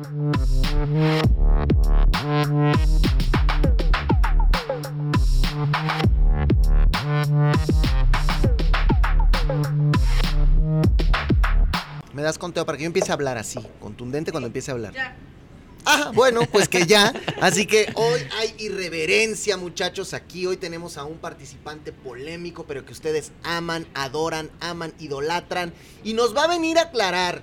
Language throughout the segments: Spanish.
Me das conteo para que yo empiece a hablar así, contundente cuando empiece a hablar. Ya. Ah, bueno, pues que ya. Así que hoy hay irreverencia, muchachos. Aquí hoy tenemos a un participante polémico, pero que ustedes aman, adoran, idolatran. Y nos va a venir a aclarar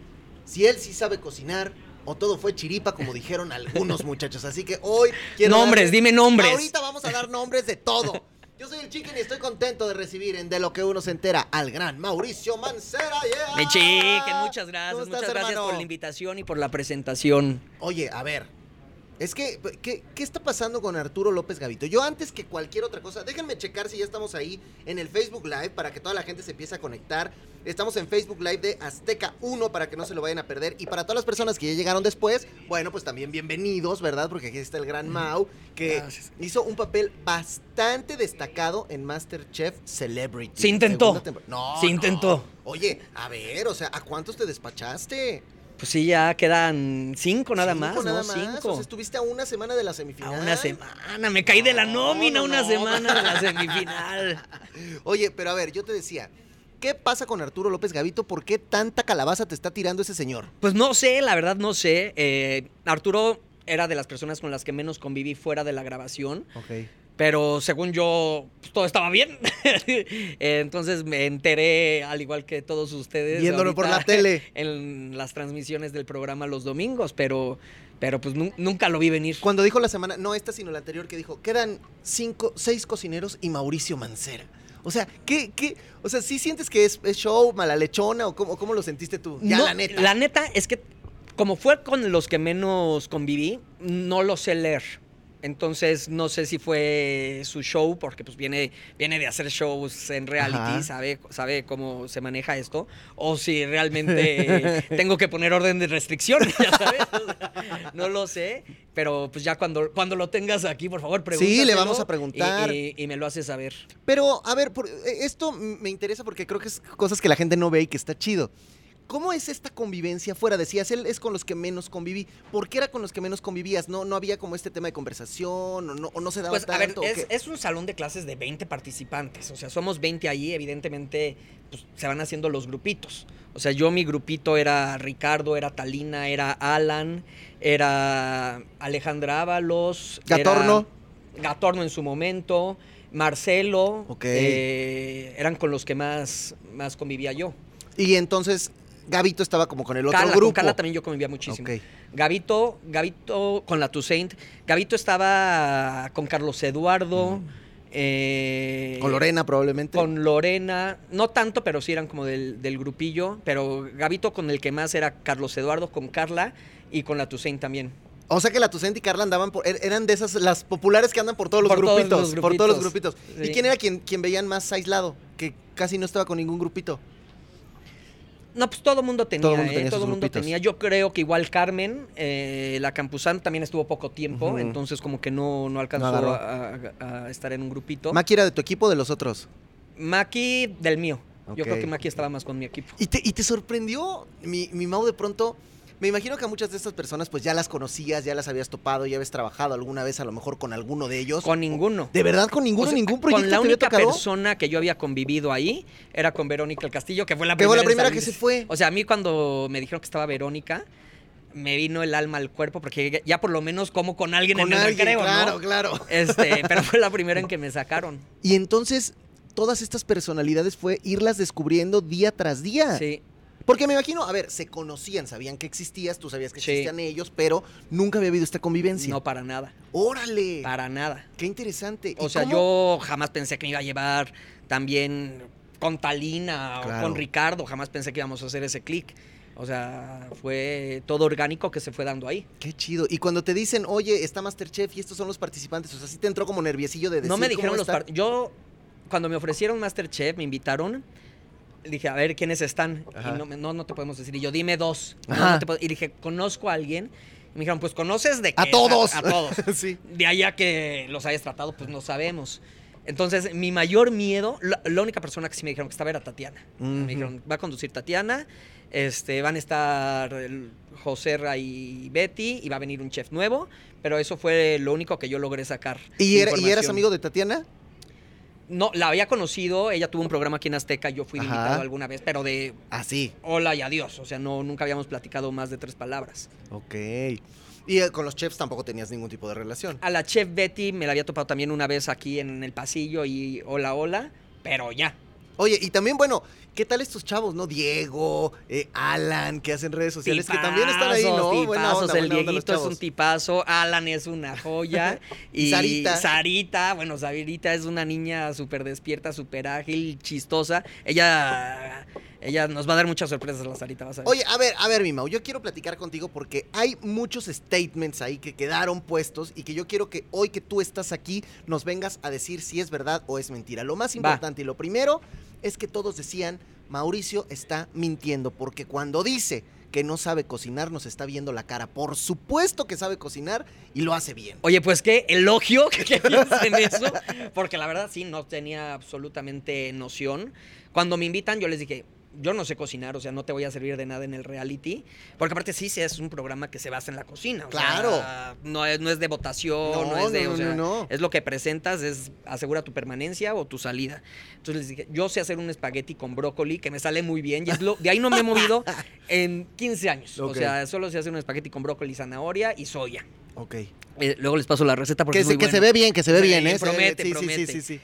si él sí sabe cocinar o todo fue chiripa, como dijeron algunos muchachos. Así que hoy quiero Nombres, dime nombres. Ahorita vamos a dar nombres de todo. Yo soy el Chicken y estoy contento de recibir en De Lo Que Uno Se Entera al gran Mauricio Mancera. Yeah. Mi Chicken, muchas gracias. ¿Cómo estás, Muchas gracias hermano? por la invitación y por la presentación. Oye, a ver, es que, ¿qué está pasando con Arturo López Gavito? Yo antes que cualquier otra cosa, déjenme checar si ya estamos ahí en el Facebook Live para que toda la gente se empiece a conectar. Estamos en Facebook Live de Azteca 1 para que no se lo vayan a perder. Y para todas las personas que ya llegaron después, bueno, pues también bienvenidos, ¿verdad? Porque aquí está el gran Mau, que hizo un papel bastante destacado en MasterChef Celebrity. Se intentó. No, Se intentó. Oye, a ver, o sea, ¿a cuántos te despachaste? Pues sí, ya quedan 5 nada más, ¿no? Nada más. 5. O sea, estuviste a una semana de la semifinal. A una semana, me caí de la nómina una semana de la semifinal. Oye, pero a ver, yo te decía, ¿qué pasa con Arturo López Gavito? ¿Por qué tanta calabaza te está tirando ese señor? Pues no sé, la verdad no sé. Arturo era de las personas con las que menos conviví fuera de la grabación. Ok. Pero según yo, pues, todo estaba bien. Entonces me enteré, al igual que todos ustedes. Viéndolo por la tele. En las transmisiones del programa los domingos, pero pues nunca lo vi venir. Cuando dijo la semana, no esta sino la anterior, que dijo, quedan 6 cocineros y Mauricio Mancera. O sea, o sea, ¿sí sientes que es show, mala lechona o cómo lo sentiste tú? Ya, no, la neta. La neta es que como fue con los que menos conviví, no lo sé leer. Entonces no sé si fue su show, porque pues viene de hacer shows en reality, sabe cómo se maneja esto, o si realmente tengo que poner orden de restricción, ya sabes. No lo sé, pero pues ya cuando lo tengas aquí, por favor, pregúntaselo. Sí, le vamos a preguntar. Y me lo haces saber. Pero, a ver, esto me interesa porque creo que es cosas que la gente no ve y que está chido. ¿Cómo es esta convivencia fuera? Decías, él es con los que menos conviví. ¿Por qué era con los que menos convivías? ¿No había como este tema de conversación o no se daba pues, tanto? A ver, es un salón de clases de 20 participantes. O sea, somos 20 ahí, evidentemente pues, se van haciendo los grupitos. O sea, mi grupito era Ricardo, era Talina, era Alan, era Alejandra Ábalos. Gatorno. Gatorno en su momento, Marcelo. Ok. Eran con los que más convivía yo. Y entonces Gavito estaba como con el otro Carla, grupo. Con Carla también yo convivía muchísimo. Ok. Gavito con la Toussaint. Gavito estaba con Carlos Eduardo. Con Lorena probablemente. Con Lorena. No tanto, pero sí eran como del grupillo. Pero Gavito con el que más era Carlos Eduardo, con Carla y con la Toussaint también. O sea que la Toussaint y Carla andaban eran de esas, las populares que andan por todos los grupitos. Por todos los grupitos. Sí. ¿Y quién era quien veían más aislado? Que casi no estaba con ningún grupito. No, pues todo el mundo tenía, todo el mundo tenía. Yo creo que igual Carmen, la Campuzano, también estuvo poco tiempo, entonces como que no alcanzó a estar en un grupito. ¿Maki era de tu equipo o de los otros? Maki del mío. Okay. Yo creo que Maki estaba más con mi equipo. ¿Y te sorprendió, mi Mau, de pronto? Me imagino que a muchas de estas personas pues ya las conocías, ya las habías topado, ya habías trabajado alguna vez a lo mejor con alguno de ellos. Con ninguno. ¿De verdad con ninguno? O sea, ¿ningún proyecto con la te había única tocado? persona que yo había convivido ahí era con Verónica El Castillo, que fue la primera que se fue. O sea, a mí cuando me dijeron que estaba Verónica, me vino el alma al cuerpo, porque ya por lo menos como con alguien en el recreo, ¿no? Claro. Pero fue la primera en que me sacaron. Y entonces, todas estas personalidades fue irlas descubriendo día tras día. Sí. Porque me imagino, a ver, se conocían, sabían que existías, tú sabías que existían ellos, pero nunca había habido esta convivencia. No, para nada. ¡Órale! Para nada. ¡Qué interesante! O sea, yo jamás pensé que me iba a llevar también con Talina o con Ricardo, jamás pensé que íbamos a hacer ese click. O sea, fue todo orgánico que se fue dando ahí. ¡Qué chido! Y cuando te dicen, oye, está MasterChef y estos son los participantes, o sea, ¿sí te entró como nerviosillo de decir no me dijeron cómo está? Yo, cuando me ofrecieron MasterChef, me invitaron, dije, a ver, ¿quiénes están? Ajá. Y no te podemos decir. Y yo, dime 2. Y dije, ¿conozco a alguien? Y me dijeron, pues, ¿conoces de qué? ¡A todos! A todos. Sí. De allá que los hayas tratado, pues, no sabemos. Entonces, mi mayor miedo, la única persona que sí me dijeron que estaba era Tatiana. Me dijeron, va a conducir Tatiana, van a estar Joserra y Betty, y va a venir un chef nuevo, pero eso fue lo único que yo logré sacar. ¿Y eras amigo de Tatiana? No, la había conocido, ella tuvo un programa aquí en Azteca, yo fui invitado alguna vez, pero de... Así. Hola y adiós, o sea, nunca habíamos platicado más de 3 palabras. Ok. Y con los chefs tampoco tenías ningún tipo de relación. A la chef Betty me la había topado también una vez aquí en el pasillo y hola, pero ya. Oye, y también, bueno, ¿qué tal estos chavos, no? Diego, Alan, que hacen redes sociales, tipazos, que también están ahí, ¿no? Tipazos, el Dieguito es un tipazo, Alan es una joya. Y Sarita, bueno, Sarita es una niña súper despierta, súper ágil, chistosa. Ella nos va a dar muchas sorpresas, la Sarita, vas a ver. Oye, a ver, mi Mau, yo quiero platicar contigo porque hay muchos statements ahí que quedaron puestos y que yo quiero que hoy que tú estás aquí nos vengas a decir si es verdad o es mentira. Lo más importante y lo primero es que todos decían, Mauricio está mintiendo, porque cuando dice que no sabe cocinar, nos está viendo la cara. Por supuesto que sabe cocinar y lo hace bien. Oye, pues qué elogio que piensas en eso, porque la verdad sí, no tenía absolutamente noción. Cuando me invitan, yo les dije, yo no sé cocinar, o sea, no te voy a servir de nada en el reality, porque aparte sí es un programa que se basa en la cocina. O claro. Sea, no es de votación, no. Es lo que presentas, es asegura tu permanencia o tu salida. Entonces les dije, yo sé hacer un espagueti con brócoli, que me sale muy bien, y de ahí no me he movido en 15 años. Okay. O sea, solo sé hacer un espagueti con brócoli, zanahoria y soya. Ok. Luego les paso la receta porque es muy bueno. Se ve bien, ¿eh? Promete. Sí.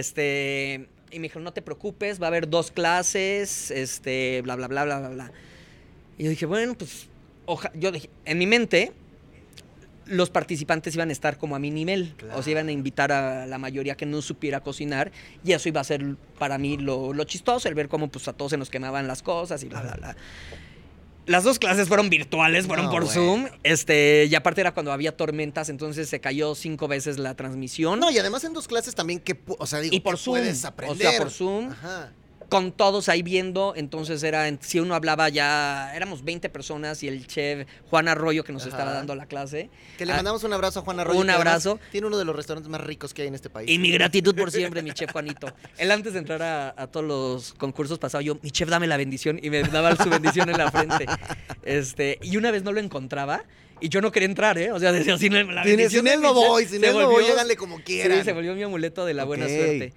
Y me dijeron, no te preocupes, va a haber 2 clases, bla, bla, bla, bla, bla, bla. Y yo dije, bueno, pues, yo dije, en mi mente, los participantes iban a estar como a mi nivel. Claro. O sea, iban a invitar a la mayoría que no supiera cocinar, y eso iba a ser para mí lo chistoso, el ver cómo pues a todos se nos quemaban las cosas y bla, bla, bla. Las 2 clases fueron virtuales, fueron por Zoom. Y aparte era cuando había tormentas, entonces se cayó 5 veces la transmisión. No, y además en 2 clases también, y por Zoom, puedes aprender. O sea, por Zoom. Ajá. Con todos ahí viendo, entonces si uno hablaba ya, éramos 20 personas y el chef Juan Arroyo que nos estaba dando la clase. Que le mandamos un abrazo a Juan Arroyo. Un abrazo. Tiene uno de los restaurantes más ricos que hay en este país. Y mi gratitud por siempre, mi chef Juanito. Él antes de entrar a todos los concursos pasaba yo, mi chef, dame la bendición, y me daba su bendición en la frente. Y una vez no lo encontraba. Y yo no quería entrar, ¿eh? O sea, decía, sin él no voy, háganle como quieran. Sí, se volvió mi amuleto de la buena suerte.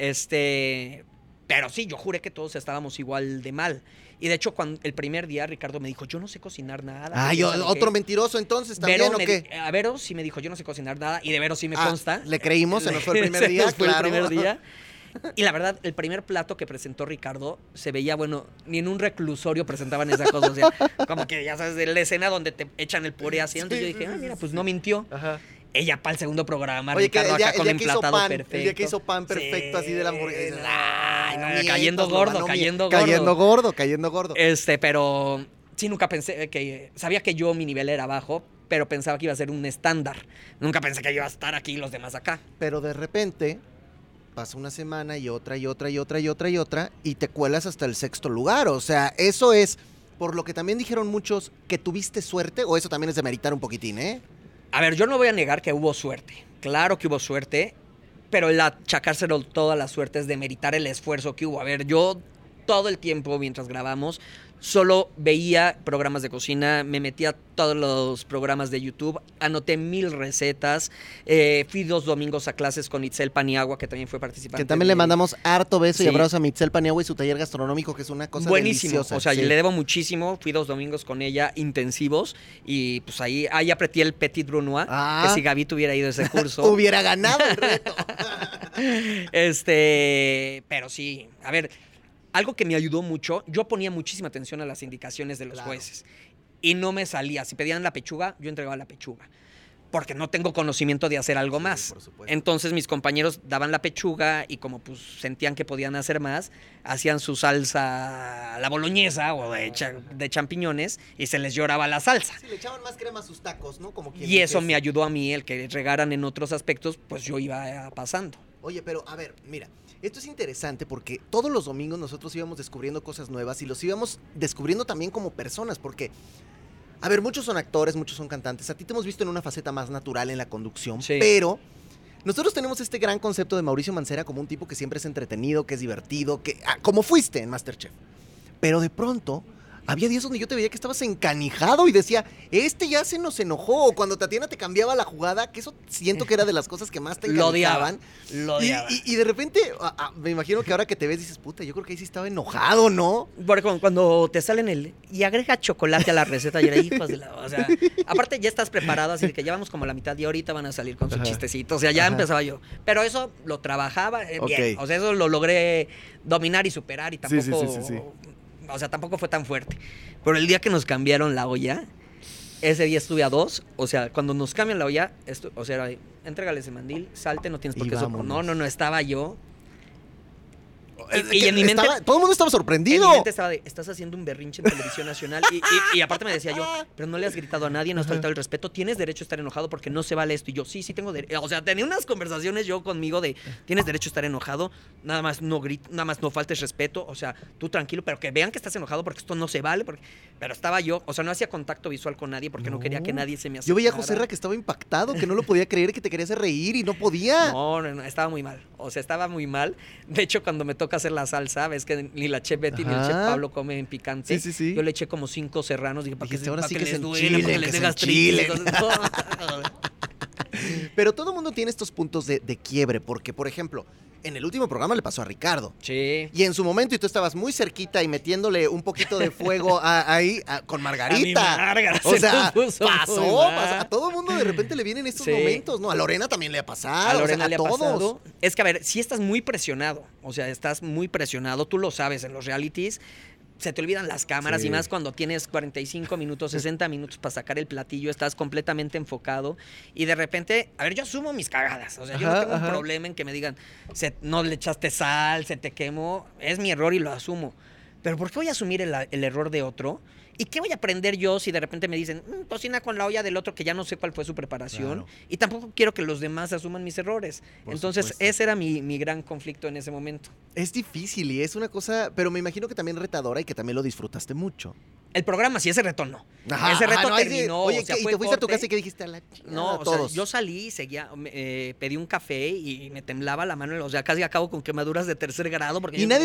Pero sí, yo juré que todos estábamos igual de mal. Y de hecho, el primer día Ricardo me dijo, yo no sé cocinar nada. Ay, otro mentiroso entonces también, ¿o qué? A Vero sí me dijo, yo no sé cocinar nada. Y de Vero sí me consta. Le creímos, se nos fue el primer día, fue el primer día. Y la verdad, el primer plato que presentó Ricardo se veía, bueno, ni en un reclusorio presentaban esa cosa. O sea, como que ya sabes, de la escena donde te echan el puré así. Entonces yo dije, mira, pues no mintió. Ajá. Ella para el segundo programa, oye, Ricardo acá con emplatado perfecto. El día que hizo pan perfecto, así de la hamburguesa. Ay, no, cayendo gordo. Cayendo gordo. Pero sí, nunca pensé sabía que mi nivel era bajo, pero pensaba que iba a ser un estándar. Nunca pensé que iba a estar aquí y los demás acá. Pero de repente pasa una semana y otra, y te cuelas hasta el 6º lugar. O sea, eso es, por lo que también dijeron muchos, que tuviste suerte, o eso también es de meritar un poquitín, ¿eh? A ver, yo no voy a negar que hubo suerte. Claro que hubo suerte, pero el achacárselo toda la suerte es de meritar el esfuerzo que hubo. A ver, yo todo el tiempo mientras grabamos solo veía programas de cocina, me metía a todos los programas de YouTube, anoté 1000 recetas, fui 2 domingos a clases con Itzel Paniagua, que también fue participante. Que también le mandamos harto beso y abrazo a Itzel Paniagua y su taller gastronómico, que es una cosa buenísimo, deliciosa. O sea, le debo muchísimo, fui 2 domingos con ella intensivos y pues ahí apreté el Petit Brunois, que si Gaby tuviera ido a ese curso. Hubiera ganado el reto. Pero sí, a ver, algo que me ayudó mucho, yo ponía muchísima atención a las indicaciones de los jueces y no me salía. Si pedían la pechuga, yo entregaba la pechuga, porque no tengo conocimiento de hacer algo más. Entonces mis compañeros daban la pechuga y como pues sentían que podían hacer más, hacían su salsa, la boloñesa o de champiñones, y se les lloraba la salsa. Sí, le echaban más crema a sus tacos, ¿no? Como y eso me ayudó a mí, el que regaran en otros aspectos, pues yo iba pasando. Oye, pero a ver, mira, esto es interesante porque todos los domingos nosotros íbamos descubriendo cosas nuevas y los íbamos descubriendo también como personas, porque, a ver, muchos son actores, muchos son cantantes. A ti te hemos visto en una faceta más natural en la conducción, pero nosotros tenemos este gran concepto de Mauricio Mancera como un tipo que siempre es entretenido, que es divertido, como fuiste en MasterChef. Pero de pronto había días donde yo te veía que estabas encanijado y decía, ya se nos enojó. O cuando Tatiana te cambiaba la jugada, que eso siento que era de las cosas que más te encanijaban. Lo odiaba. Y de repente, me imagino que ahora que te ves dices, puta, yo creo que ahí sí estaba enojado, ¿no? Porque cuando te salen y agrega chocolate a la receta, y era hijos de la... O sea, aparte ya estás preparado, así que ya vamos como a la mitad y ahorita van a salir con sus chistecitos. O sea, ya empezaba yo. Pero eso lo trabajaba bien. O sea, eso lo logré dominar y superar y tampoco... Sí. O sea, tampoco fue tan fuerte. Pero el día que nos cambiaron la olla, ese día estuve a 2. O sea, cuando nos cambian la olla, o sea, era, entrégale ese mandil, salte, no tienes por qué eso. No, estaba yo. Y en mi mente... todo el mundo estaba sorprendido. En mi mente estaba de, estás haciendo un berrinche en Televisión Nacional. Y aparte me decía yo, pero no le has gritado a nadie, no has faltado el respeto, tienes derecho a estar enojado porque no se vale esto. Y yo, sí, tengo derecho. O sea, tenía unas conversaciones yo conmigo de, tienes derecho a estar enojado, nada más no faltes respeto. O sea, tú tranquilo, pero que vean que estás enojado porque esto no se vale. Pero estaba yo, o sea, no hacía contacto visual con nadie porque no quería que nadie se me acercara. Yo veía a José Ra que estaba impactado, que no lo podía creer, que te quería hacer reír y no podía. No, estaba muy mal. O sea, estaba muy mal. De hecho, cuando me toca hacer la salsa, ves que ni la chef Betty ni el chef Pablo comen picante. Sí. Yo le eché como 5 serranos. Dije, para que les duele, para que les dé gastritis. Pero todo el mundo tiene estos puntos de quiebre, porque, por ejemplo, en el último programa le pasó a Ricardo. Sí. Y en su momento, y tú estabas muy cerquita y metiéndole un poquito de fuego ahí con Margarita. O sea, pasó. A todo el mundo de repente le vienen estos momentos, ¿no? A Lorena también le ha pasado. A Lorena le ha todos. pasado. Es que, a ver, si estás muy presionado, o sea, estás muy presionado, tú lo sabes, en los realities se te olvidan las cámaras y más cuando tienes 45 minutos, 60 minutos para sacar el platillo, estás completamente enfocado y de repente, a ver, yo asumo mis cagadas, o sea, yo no tengo un problema en que me digan, no le echaste sal, se te quemó, es mi error y lo asumo, pero ¿por qué voy a asumir el error de otro? ¿Y qué voy a aprender yo si de repente me dicen, cocina con la olla del otro que ya no sé cuál fue su preparación? Claro. Y tampoco quiero que los demás asuman mis errores. Entonces, ese era mi gran conflicto en ese momento. Es difícil y es una cosa, pero me imagino que también retadora y que también lo disfrutaste mucho. El programa, sí, ese reto no. Ese reto terminó. Oye, o sea, ¿y te fuiste a tu casa y qué dijiste? A la chingada, no, o sea, yo salí, seguía, pedí un café y me temblaba la mano, o sea, casi acabo con quemaduras de 3er grado. Porque ¿Y nadie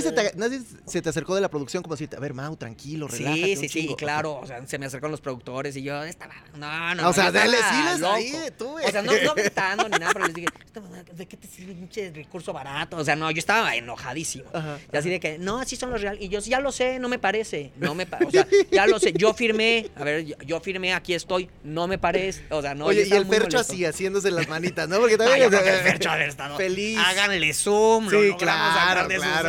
se te acercó de la producción como si, a ver, Mau, tranquilo, relájate? Sí, claro, o sea, se me acercaron los productores y yo estaba, no. O sea, dale, sí les loco. ahí, tú, O sea, no gritando ni nada, pero les dije, ¿de qué te sirve un pinche recurso barato? O sea, no, yo estaba enojadísimo. Y así de que, no, así son los real. Y yo, ya lo sé, no me parece. O sea, ya lo sé, yo firmé, aquí estoy, no me parece. O sea, no. Oye, y el Fercho así, haciéndose las manitas, ¿no? Porque también el Fercho haber estado feliz. Háganle zoom, sí, claro.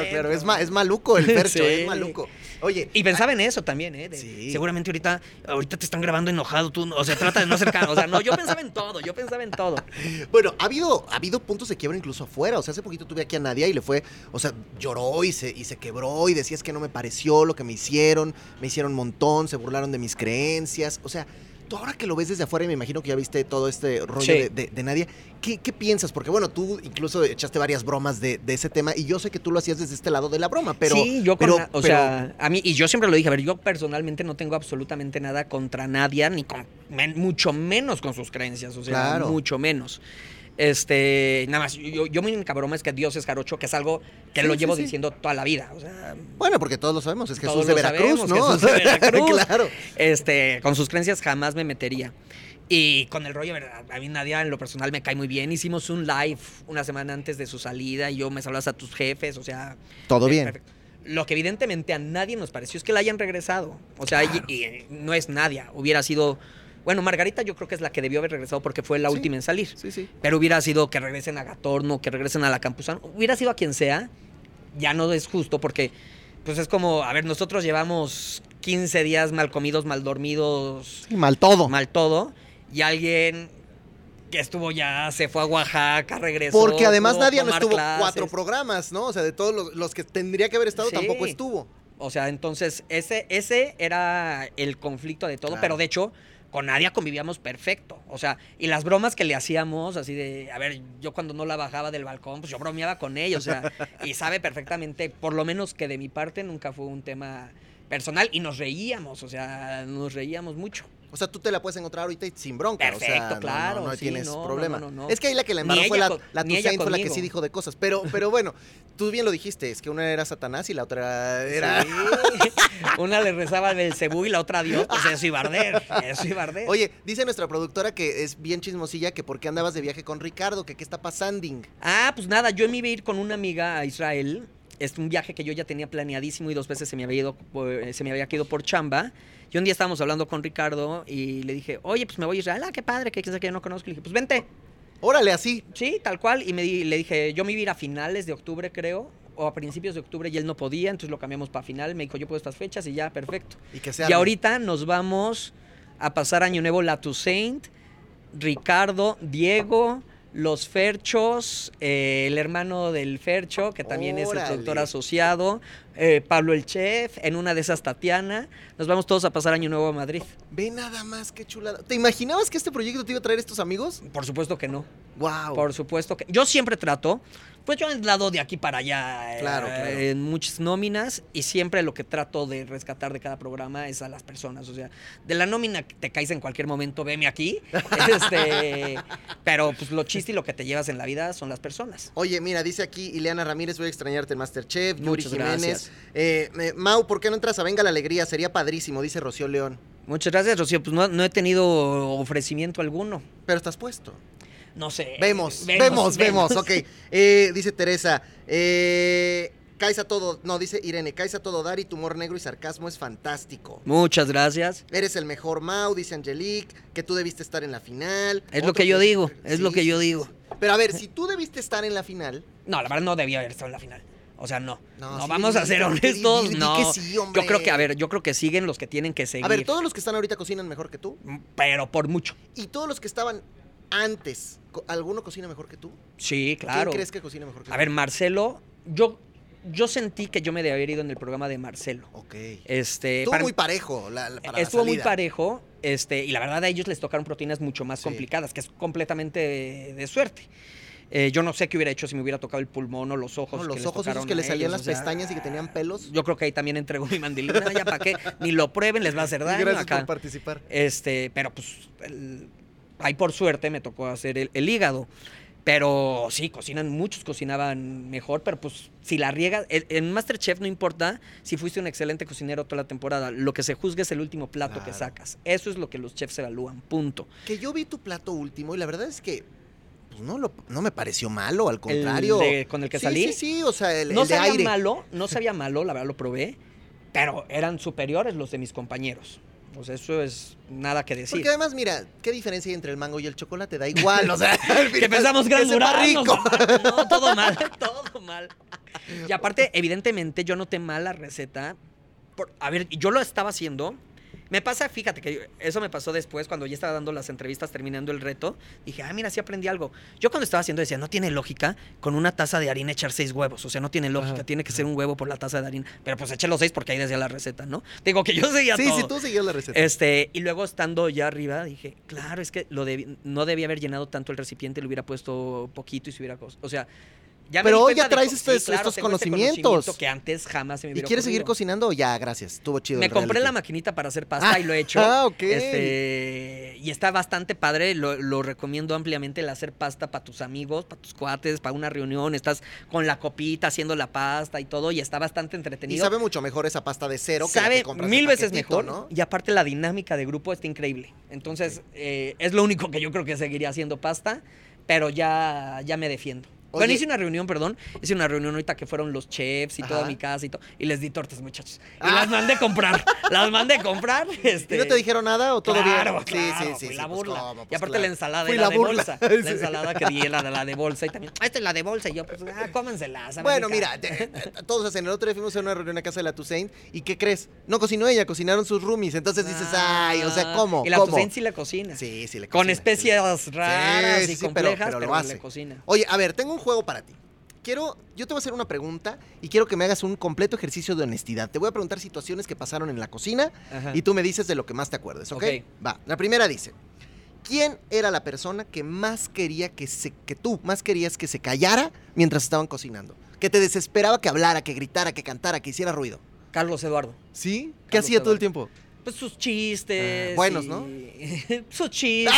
Es maluco el Fercho, es maluco. Oye. Y pensaba en eso también, ¿eh? Seguramente ahorita te están grabando enojado, tú, o sea, trata de no acercar. O sea, no, yo pensaba en todo. Bueno, ha habido puntos de quiebra incluso afuera. O sea, hace poquito tuve aquí a Nadia y le fue, o sea, lloró y se quebró y decía, es que no me pareció lo que me hicieron un montón, se burlaron de mis creencias. O sea, tú ahora que lo ves desde afuera y me imagino que ya viste todo este rollo de Nadia, ¿qué piensas? Porque bueno, tú incluso echaste varias bromas de ese tema y yo sé que tú lo hacías desde este lado de la broma, pero... Sí, o sea, a mí, y yo siempre lo dije, a ver, yo personalmente no tengo absolutamente nada contra Nadia, ni mucho menos con sus creencias, o sea, mucho menos. Nada más, yo mi única broma es que Dios es jarocho, que es algo que lo llevo diciendo toda la vida. O sea, bueno, porque todos lo sabemos, es Jesús de Veracruz, ¿no? Jesús de Veracruz. Claro. Con sus creencias jamás me metería. Y con el rollo, a mí Nadia en lo personal me cae muy bien. Hicimos un live una semana antes de su salida y yo me saludas a tus jefes, o sea... Todo bien. Perfecto. Lo que evidentemente a nadie nos pareció es que la hayan regresado. O sea, y no es Nadia, hubiera sido... Bueno, Margarita yo creo que es la que debió haber regresado porque fue la última en salir. Sí. Pero hubiera sido que regresen a Gatorno, que regresen a la Campuzano. Hubiera sido a quien sea, ya no es justo porque pues es como, a ver, nosotros llevamos 15 días mal comidos, mal dormidos. Sí, mal todo. Y alguien que estuvo ya, se fue a Oaxaca, regresó. Porque además Nadia no estuvo clases. 4 programas, ¿no? O sea, de todos los que tendría que haber estado, tampoco estuvo. O sea, entonces ese era el conflicto de todo, claro. Pero de hecho... Con Nadia convivíamos perfecto, o sea, y las bromas que le hacíamos, así de, a ver, yo cuando no la bajaba del balcón, pues yo bromeaba con ella, o sea, y sabe perfectamente, por lo menos que de mi parte nunca fue un tema personal, y nos reíamos, o sea, nos reíamos mucho. O sea, tú te la puedes encontrar ahorita y sin bronca. Perfecto, o sea, claro. No sí, tienes problema. No. Es que ahí la que la embarró Ni fue ella la ni ella Toussaint, fue la que conmigo. sí dijo de cosas. Pero bueno, tú bien lo dijiste, es que una era Satanás y la otra era... Sí. Una le rezaba al Belcebú y la otra a Dios, pues eso iba a arder. Oye, dice nuestra productora que es bien chismosilla que por qué andabas de viaje con Ricardo, que qué está pasando. Ah, pues nada, yo me iba a ir con una amiga a Israel. Es un viaje que yo ya tenía planeadísimo y 2 veces se me había ido por chamba. Y un día estábamos hablando con Ricardo y le dije, oye, pues me voy a Israel. Ah, qué padre, que yo no conozco. Y le dije, pues vente. Órale, así. Sí, tal cual. Y le dije, yo me iba a ir a finales de octubre, creo, o a principios de octubre, y él no podía, entonces lo cambiamos para final. Me dijo, yo puedo estas fechas y ya, perfecto. Y ahorita nos vamos a pasar Año Nuevo La Toussaint, Ricardo, Diego, los Ferchos, el hermano del Fercho, que también es el productor asociado, Pablo el Chef, en una de esas Tatiana. Nos vamos todos a pasar Año Nuevo a Madrid. Ve nada más, qué chulada. ¿Te imaginabas que este proyecto te iba a traer estos amigos? Por supuesto que no. Wow. Por supuesto que... Yo siempre trato... Pues yo he andado de aquí para allá claro. En muchas nóminas y siempre lo que trato de rescatar de cada programa es a las personas. O sea, de la nómina que te caes en cualquier momento, veme aquí. Pero pues lo chiste y lo que te llevas en la vida son las personas. Oye, mira, dice aquí Ileana Ramírez, voy a extrañarte en Masterchef. Yuri Muchas Jiménez. gracias. Mau, ¿por qué no entras a Venga la Alegría? Sería padrísimo, dice Rocío León. Muchas gracias, Rocío. Pues no he tenido ofrecimiento alguno. Pero estás puesto. No sé. Vemos. Ok. Dice Teresa, caes a todo, no, dice Irene, caes a todo dar y tu humor negro y sarcasmo es fantástico. Muchas gracias. Eres el mejor, Mau, dice Angelique, que tú debiste estar en la final. Es lo que yo digo, lo que yo digo. Pero a ver, si tú debiste estar en la final... No, la verdad no debía haber estado en la final. O sea, no sí, vamos a ser honestos, no. Que sí, hombre. Yo creo que siguen los que tienen que seguir. A ver, todos los que están ahorita cocinan mejor que tú. Pero por mucho. Y todos los que estaban antes, ¿alguno cocina mejor que tú? Sí, claro. ¿Quién crees que cocina mejor que tú? A ver, Marcelo, yo sentí que yo me debía haber ido en el programa de Marcelo. Ok. Estuvo muy parejo estuvo muy parejo, y la verdad a ellos les tocaron proteínas mucho más complicadas, que es completamente de suerte. Yo no sé qué hubiera hecho si me hubiera tocado el pulmón o los ojos. No, los ojos esos que les salían las pestañas y que tenían pelos. Yo creo que ahí también entregó mi mandilina, ya para qué, ni lo prueben, les va a hacer daño. Gracias acá. por participar. Pero pues, ahí por suerte me tocó hacer el hígado. Pero sí, muchos cocinaban mejor, pero pues si la riegas, en Masterchef no importa si fuiste un excelente cocinero toda la temporada, lo que se juzga es el último plato que sacas. Eso es lo que los chefs evalúan, punto. Que yo vi tu plato último y la verdad es que pues no me pareció malo, al contrario. ¿Con el que salí? Sí, o sea, el no de sabía aire. No sabía malo, la verdad lo probé, pero eran superiores los de mis compañeros. Pues eso es nada que decir. Porque además, mira, ¿qué diferencia hay entre el mango y el chocolate? Da igual, o sea. Que pensamos gran rico. No, todo mal. Y aparte, evidentemente, yo noté mal la receta. A ver, yo lo estaba haciendo. Me pasa, fíjate que eso me pasó después cuando ya estaba dando las entrevistas terminando el reto. Dije, mira, sí aprendí algo. Yo cuando estaba haciendo decía, no tiene lógica con una taza de harina echar 6 huevos. O sea, no tiene lógica, tiene que ser un huevo por la taza de harina. Pero pues eché los 6 porque ahí decía la receta, ¿no? Digo que yo seguía todo. Sí, tú seguías la receta. Y luego estando ya arriba dije, claro, es que no debía haber llenado tanto el recipiente, le hubiera puesto poquito y se hubiera... O sea... Pero hoy ya traes estos conocimientos. Que antes jamás se me hubiera ¿Y quieres ocurrido. seguir cocinando? Ya, gracias. Estuvo chido. Me compré la maquinita para hacer pasta y lo he hecho. Ok. Y está bastante padre. Lo recomiendo ampliamente el hacer pasta para tus amigos, para tus cuates, para una reunión. Estás con la copita haciendo la pasta y todo. Y está bastante entretenido. Y sabe mucho mejor esa pasta de cero que la sabe que compras 1000 veces paquetito, mejor, ¿no? Y aparte la dinámica de grupo está increíble. Entonces, es lo único que yo creo que seguiría haciendo pasta. Pero ya me defiendo. Oye. Bueno, hice una reunión ahorita que fueron los chefs y toda mi casa y todo, y les di tortas, muchachos. Y las mandé a comprar. ¿Y no te dijeron nada o todo bien? Claro, Sí, fue la pues, burla. ¿cómo? Pues, y aparte claro. la ensalada Fui era la de burla. bolsa. La ensalada que di era la de bolsa y también, esta es la de bolsa. Y yo, pues, cómensela. Bueno, mira, todos hacen. El otro día fuimos a una reunión a casa de la Toussaint y ¿qué crees? No cocinó ella, cocinaron sus roomies. Entonces dices, o sea, ¿cómo? Y la ¿Cómo? Toussaint sí le cocina. Sí, le cocina. Con especias raras y complejas, pero pero lo hace. le cocina. Oye, a ver, tengo un juego para ti. Yo te voy a hacer una pregunta y quiero que me hagas un completo ejercicio de honestidad. Te voy a preguntar situaciones que pasaron en la cocina y tú me dices de lo que más te acuerdes, ¿ok? Va, la primera dice, ¿quién era la persona que más quería que tú más querías que se callara mientras estaban cocinando? Que te desesperaba que hablara, que gritara, que cantara, que hiciera ruido. Carlos Eduardo. ¿Sí? ¿Qué hacía todo el tiempo? Pues sus chistes. Buenos, ¿no? Sus chistes.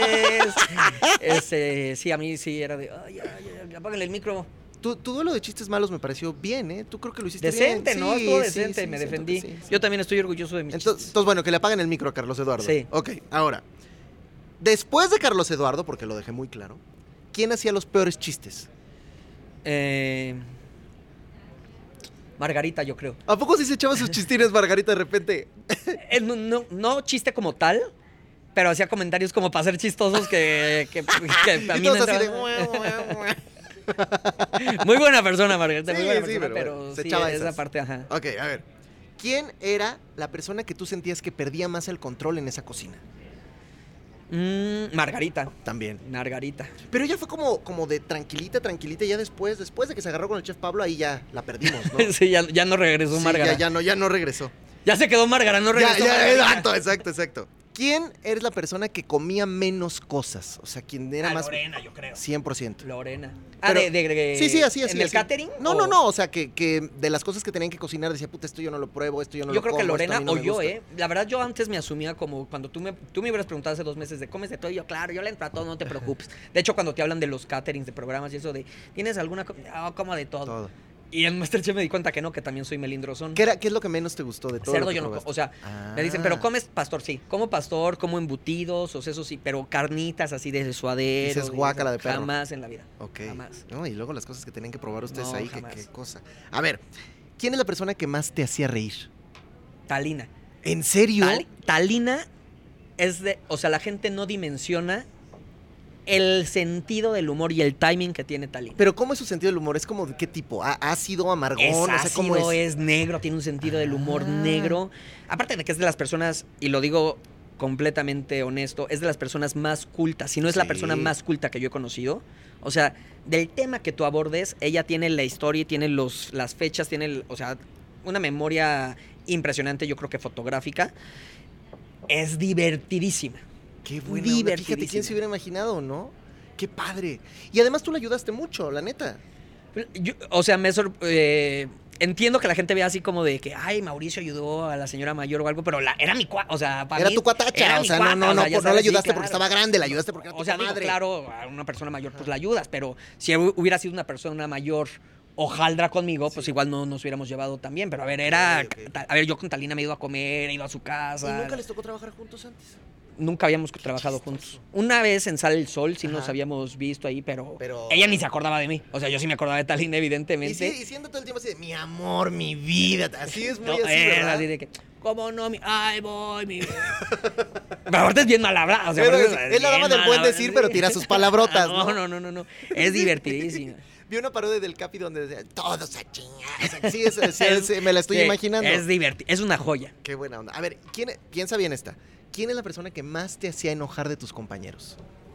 Sí, a mí sí era de, ay, ya, apágale el micro. Tu duelo de chistes malos me pareció bien, ¿eh? Tú creo que lo hiciste Decente, bien. ¿no? Sí, Estuvo sí, decente, sí, me siento defendí. que sí. Yo también estoy orgulloso de mis Entonces, chistes. bueno, que le apaguen el micro a Carlos Eduardo. Sí. Ok, ahora, después de Carlos Eduardo, porque lo dejé muy claro, ¿quién hacía los peores chistes? Margarita, yo creo. ¿A poco sí se echaba sus chistines Margarita de repente? No chiste como tal, pero hacía comentarios como para ser chistosos que a mí Y todos no así de... entraban. Muy buena persona, Margarita, muy Sí, buena sí, persona, pero pero se sí, echaba esa esas. parte, ajá. Ok, a ver. ¿Quién era la persona que tú sentías que perdía más el control en esa cocina? Margarita. También. Margarita. Pero ella fue como de tranquilita, y ya después de que se agarró con el chef Pablo, ahí ya la perdimos, ¿no? Sí, ya no regresó Sí, Margarita. ya no regresó. Ya se quedó Margarita, no regresó Margarita. Exacto. ¿Quién eres la persona que comía menos cosas? O sea, ¿quién era más? Lorena, yo creo. 100%. Lorena. Pero- Sí, así. ¿En el así. catering? No, o sea, que de las cosas que tenían que cocinar decía, puta, esto yo no lo pruebo, esto yo no Yo lo creo como, que Lorena esto a mí no o me yo, gusta. La verdad, yo antes me asumía como cuando tú me hubieras preguntado hace 2 meses de comes de todo, y yo, claro, yo le entro a todo, no te preocupes. De hecho, cuando te hablan de los caterings, de programas y eso de, ¿tienes alguna como de todo? Todo. Y en Masterchef me di cuenta que no, que también soy melindrosón. ¿Qué es lo que menos te gustó de todo Cerdo lo que yo no, probaste? o sea, me dicen, pero comes pastor, sí, como pastor, como embutidos, o sea, eso sí, pero carnitas así de suadero. Dices, guácala de perro. Jamás en la vida. Ok. Jamás. No, y luego las cosas que tenían que probar ustedes No, ahí, jamás. qué cosa. A ver, ¿quién es la persona que más te hacía reír? Talina. ¿En serio? Talina es de, o sea, la gente no dimensiona el sentido del humor y el timing que tiene Talina. Pero ¿cómo es su sentido del humor? ¿Es como de qué tipo? ¿Ácido, amargón? Es O sea, ¿cómo ácido, es? es negro, tiene un sentido del humor negro. Aparte de que es de las personas, y lo digo completamente honesto, es de las personas más cultas, si no es la Sí. persona más culta que yo he conocido. O sea, del tema que tú abordes, ella tiene la historia, tiene las fechas, tiene, o sea, una memoria impresionante, yo creo que fotográfica. Es divertidísima. Qué buena onda. Fíjate, ¿quién Divertidísima. se hubiera imaginado, no? Qué padre. Y además tú le ayudaste mucho, la neta. O sea, entiendo que la gente vea así como de que, ay, Mauricio ayudó a la señora mayor o algo, pero era mi cuata, o sea, para Era mí tu cuatacha, era o mi sea, cuata, no ya le sabes, ayudaste sí, porque claro. estaba grande, la ayudaste porque era tu O sea, digo, madre. claro, a una persona mayor pues la ayudas, pero si hubiera sido una persona mayor hojaldra conmigo, pues igual no nos hubiéramos llevado tan bien, pero a ver, a ver, yo con Talina me he ido a comer, he ido a su casa. ¿Y nunca les tocó trabajar juntos antes? Nunca habíamos trabajado juntos. Una vez en Sale el Sol sí nos Ajá. habíamos visto ahí, pero Pero- ella ni se acordaba de mí. O sea, yo sí me acordaba de Talina, evidentemente. Y siendo todo el tiempo así de, mi amor, mi vida. Así es muy No, así, ¿verdad? así de que, ¿cómo no? Ay, voy, mi... Pero aparte es bien mal hablada. O sea, Pero aparte es la dama bien del buen mal decir, hablada. pero tira sus palabrotas, ¿no? No. Es divertidísima. Vi una parodia del Capi donde decía, todos a chingar. O sea, sí, me la estoy Sí, imaginando. Es divertido, es una joya. Qué buena onda. A ver, piensa bien esta. ¿Quién es la persona que más te hacía enojar de tus compañeros?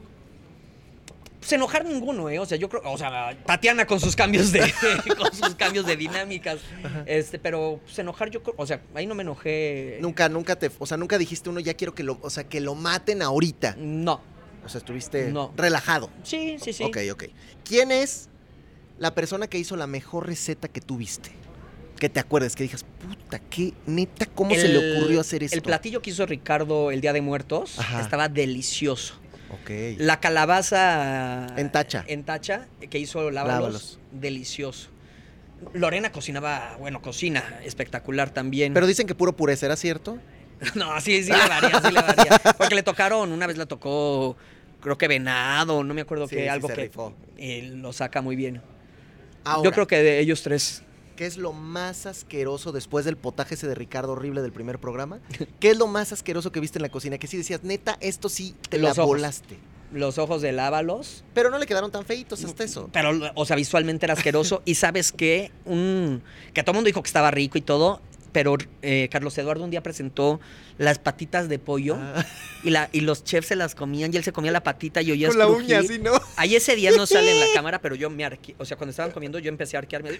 Pues enojar ninguno, ¿eh? O sea, yo creo, o sea, Tatiana con sus cambios de dinámicas. Pero pues enojar yo creo, o sea, ahí no me enojé. Nunca dijiste uno, ya quiero que lo maten ahorita. No. O sea, estuviste No. relajado. Sí. Ok. ¿Quién es la persona que hizo la mejor receta que tú viste? Que te acuerdes, que digas, puta, qué neta, ¿cómo se le ocurrió hacer esto? El platillo que hizo Ricardo el Día de Muertos Ajá. estaba delicioso. Ok. La calabaza En tacha. que hizo Lábalos, Lábalos. delicioso. Lorena cocina espectacular también. Pero dicen que puro puré, ¿será cierto? No, sí le varía. Porque una vez le tocó, creo que venado, no me acuerdo Sí, qué, sí algo se que rifó. lo saca muy bien. Ahora, Yo creo que de ellos tres. ¿qué es lo más asqueroso después del potaje ese de Ricardo horrible del primer programa? ¿Qué es lo más asqueroso que viste en la cocina? Que sí decías, neta, esto sí te Los la ojos. volaste. Los ojos de Lábalos. Pero no le quedaron tan feitos hasta eso. Pero, o sea, visualmente era asqueroso. Y ¿sabes qué? Que todo el mundo dijo que estaba rico y todo, pero Carlos Eduardo un día presentó las patitas de pollo y los chefs se las comían y él se comía la patita y oías Con la crujir. uña, así, ¿no? Ahí ese día no sale en la cámara, pero yo me arqué. O sea, cuando estaban comiendo yo empecé a arquearme.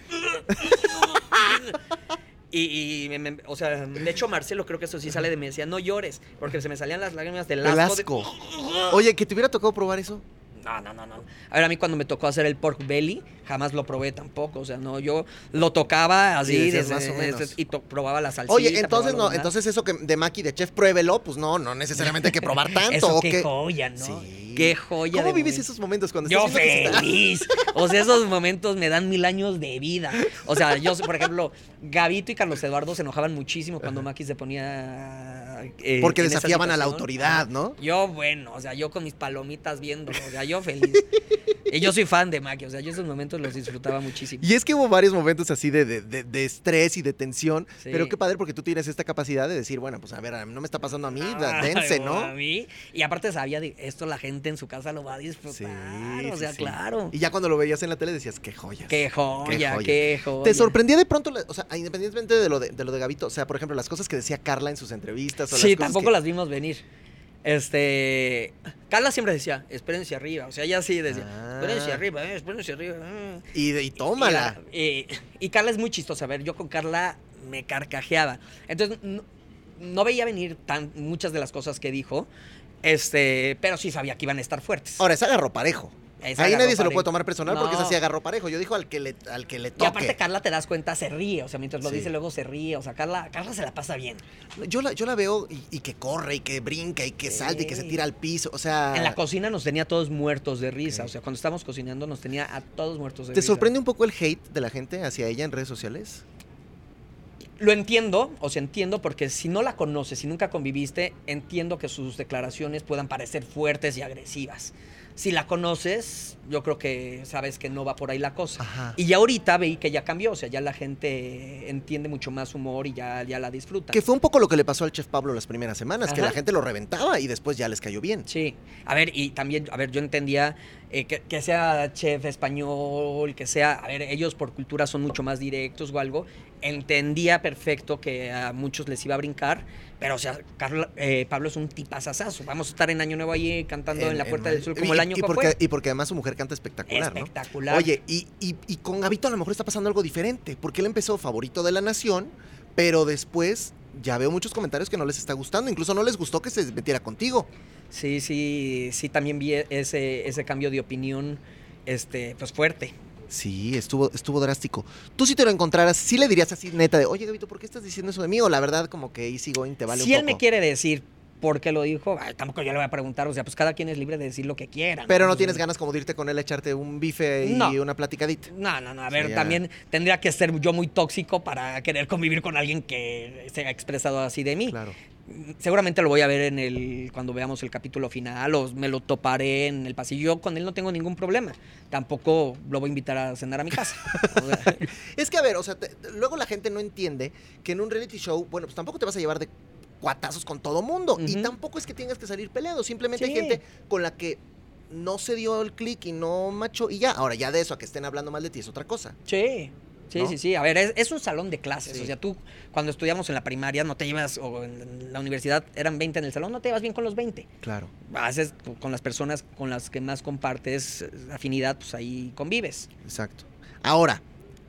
O sea, de hecho Marcelo, creo que eso sí sale de mí, decía, no llores, porque se me salían las lágrimas del El asco. asco. Oye, que te hubiera tocado probar eso. No. A ver, a mí cuando me tocó hacer el pork belly, jamás lo probé tampoco. O sea, no, yo lo tocaba así, más o menos. y probaba la salsita. Oye, entonces no, entonces eso que de Maki de chef, pruébelo, pues no necesariamente hay que probar tanto. Eso, ¿o qué qué? joya, ¿no? Sí. Qué joya. ¿Cómo vives esos momentos cuando yo estás viendo que feliz. O sea, esos momentos me dan 1000 años de vida. O sea, yo, por ejemplo, Gabito y Carlos Eduardo se enojaban muchísimo cuando Maki se ponía... porque desafiaban a la autoridad, ¿no? Yo, bueno, o sea, yo con mis palomitas viéndolo, o sea, yo feliz. Y yo soy fan de Maki, o sea, yo esos momentos los disfrutaba muchísimo. Y es que hubo varios momentos así de estrés y de tensión, Sí. pero qué padre porque tú tienes esta capacidad de decir, bueno, pues a ver, no me está pasando a mí, dense, ¿no? A mí. Y aparte sabía, esto la gente en su casa lo va a disfrutar, o sea, claro. Y ya cuando lo veías en la tele decías, qué joyas. Qué joya. ¿Te sorprendía de pronto, o sea, independientemente de lo de Gabito, o sea, por ejemplo, las cosas que decía Carla en sus entrevistas? O Sí, las cosas tampoco las vimos venir. Carla siempre decía, espérense arriba. O sea, ella sí decía, espérense arriba. Y tómala. Y Carla es muy chistosa. A ver, yo con Carla me carcajeaba. Entonces, no veía venir muchas de las cosas que dijo, pero sí sabía que iban a estar fuertes. Ahora, esa agarró parejo. Ahí nadie se lo puede tomar personal porque es así, agarró parejo. Yo dijo al que le toque. Y aparte Carla, te das cuenta, se ríe. O sea, mientras lo Sí. dice, luego se ríe. O sea, Carla se la pasa bien. Yo la veo y que corre y que brinca y que salta y que se tira al piso. O sea... En la cocina nos tenía a todos muertos de risa. O sea, cuando estábamos cocinando nos tenía a todos muertos de ¿Te risa. sorprende un poco el hate de la gente hacia ella en redes sociales? Lo entiendo, entiendo porque si no la conoces, si nunca conviviste, entiendo que sus declaraciones puedan parecer fuertes y agresivas. Si la conoces, yo creo que sabes que no va por ahí la cosa. Ajá. Y ya ahorita veí que ya cambió, o sea, ya la gente entiende mucho más humor y ya la disfruta. Que fue un poco lo que le pasó al chef Pablo las primeras semanas, que Ajá. la gente lo reventaba y después ya les cayó bien. Sí, a ver, y también, yo entendía que sea chef español, que sea, a ver, ellos por cultura son mucho más directos o algo, entendía perfecto que a muchos les iba a brincar, pero, o sea, Pablo es un tipazazazo. Vamos a estar en Año Nuevo allí cantando en la Puerta del Sol como el año que fue. Y porque además su mujer canta espectacular, Espectacular. ¿no? Oye, y con Gabito a lo mejor está pasando algo diferente, porque él empezó favorito de la nación, pero después ya veo muchos comentarios que no les está gustando, incluso no les gustó que se metiera contigo. Sí, también vi ese cambio de opinión, pues fuerte. Sí, estuvo drástico. Tú si te lo encontraras, ¿sí le dirías así neta de, oye Gabito, ¿por qué estás diciendo eso de mí? O la verdad como que easy going te vale un Si poco. él me quiere decir por qué lo dijo, tampoco yo le voy a preguntar, o sea, pues cada quien es libre de decir lo que quiera. Pero no Pues, tienes ganas como de irte con él a echarte un bife y No. una platicadita. No, a ver, Sí, ya. también tendría que ser yo muy tóxico para querer convivir con alguien que se ha expresado así de mí. Claro. Seguramente lo voy a ver cuando veamos el capítulo final o me lo toparé en el pasillo. Yo con él no tengo ningún problema. Tampoco lo voy a invitar a cenar a mi casa. O sea, Es que a ver, o sea, luego la gente no entiende que en un reality show, bueno, pues tampoco te vas a llevar de cuatazos con todo mundo. Y Ujú. tampoco es que tengas que salir peleado. Simplemente hay Sí. gente con la que no se dio el clic y no machó. Y ya, ahora ya de eso a que estén hablando mal de ti es otra cosa. sí. ¿No? Sí. A ver, es un salón de clases. Sí. O sea, tú cuando estudiamos en la primaria no te llevas, o en la universidad eran 20 en el salón, no te llevas bien con los 20. Claro. Haces con las personas con las que más compartes afinidad, pues ahí convives. Exacto. Ahora,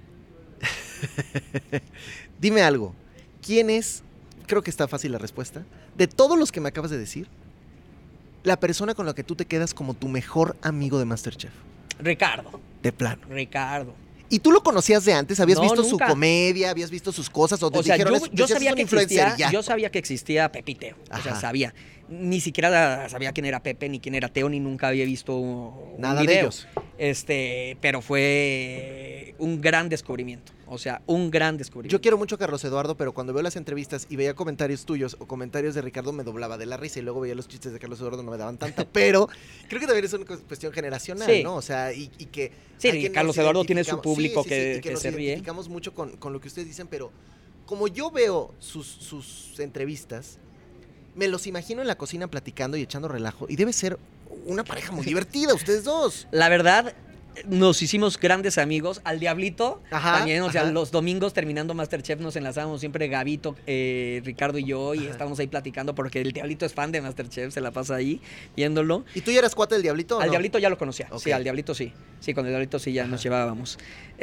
dime algo. ¿Quién es, creo que está fácil la respuesta, de todos los que me acabas de decir, la persona con la que tú te quedas como tu mejor amigo de MasterChef? Ricardo. De plano. ¿Y tú lo conocías de antes? ¿Habías No, visto nunca. su comedia? ¿Habías visto sus cosas? ¿O te O sea, dijeron, yo "Es sabía un que influencer existía, y ya"? yo sabía que existía Pepiteo. O sea, Ajá. sabía. Ni siquiera sabía quién era Pepe, ni quién era Teo, ni nunca había visto un Nada de video. ellos. Pero fue un gran descubrimiento. O sea, un gran descubrimiento. Yo quiero mucho a Carlos Eduardo, pero cuando veo las entrevistas y veía comentarios tuyos o comentarios de Ricardo, me doblaba de la risa y luego veía los chistes de Carlos Eduardo, no me daban tanta. Pero creo que también es una cuestión generacional, Sí. ¿no? O sea, y que... Sí, hay que Carlos nos Eduardo tiene su identificamos- público y que nos se ríe. identificamos mucho con lo que ustedes dicen, pero como yo veo sus entrevistas, me los imagino en la cocina platicando y echando relajo y debe ser una pareja muy divertida, ustedes dos. La verdad, nos hicimos grandes amigos. Al Diablito Ajá, también, o sea, ajá. los domingos terminando Masterchef nos enlazábamos siempre Gabito, Ricardo y yo, y Ajá. estábamos ahí platicando porque el Diablito es fan de Masterchef, se la pasa ahí viéndolo. ¿Y tú ya eras cuate del Diablito o Al no? Diablito ya lo conocía, Ok. sí, al Diablito sí. Sí, con el Diablito sí ya Ajá. nos llevábamos.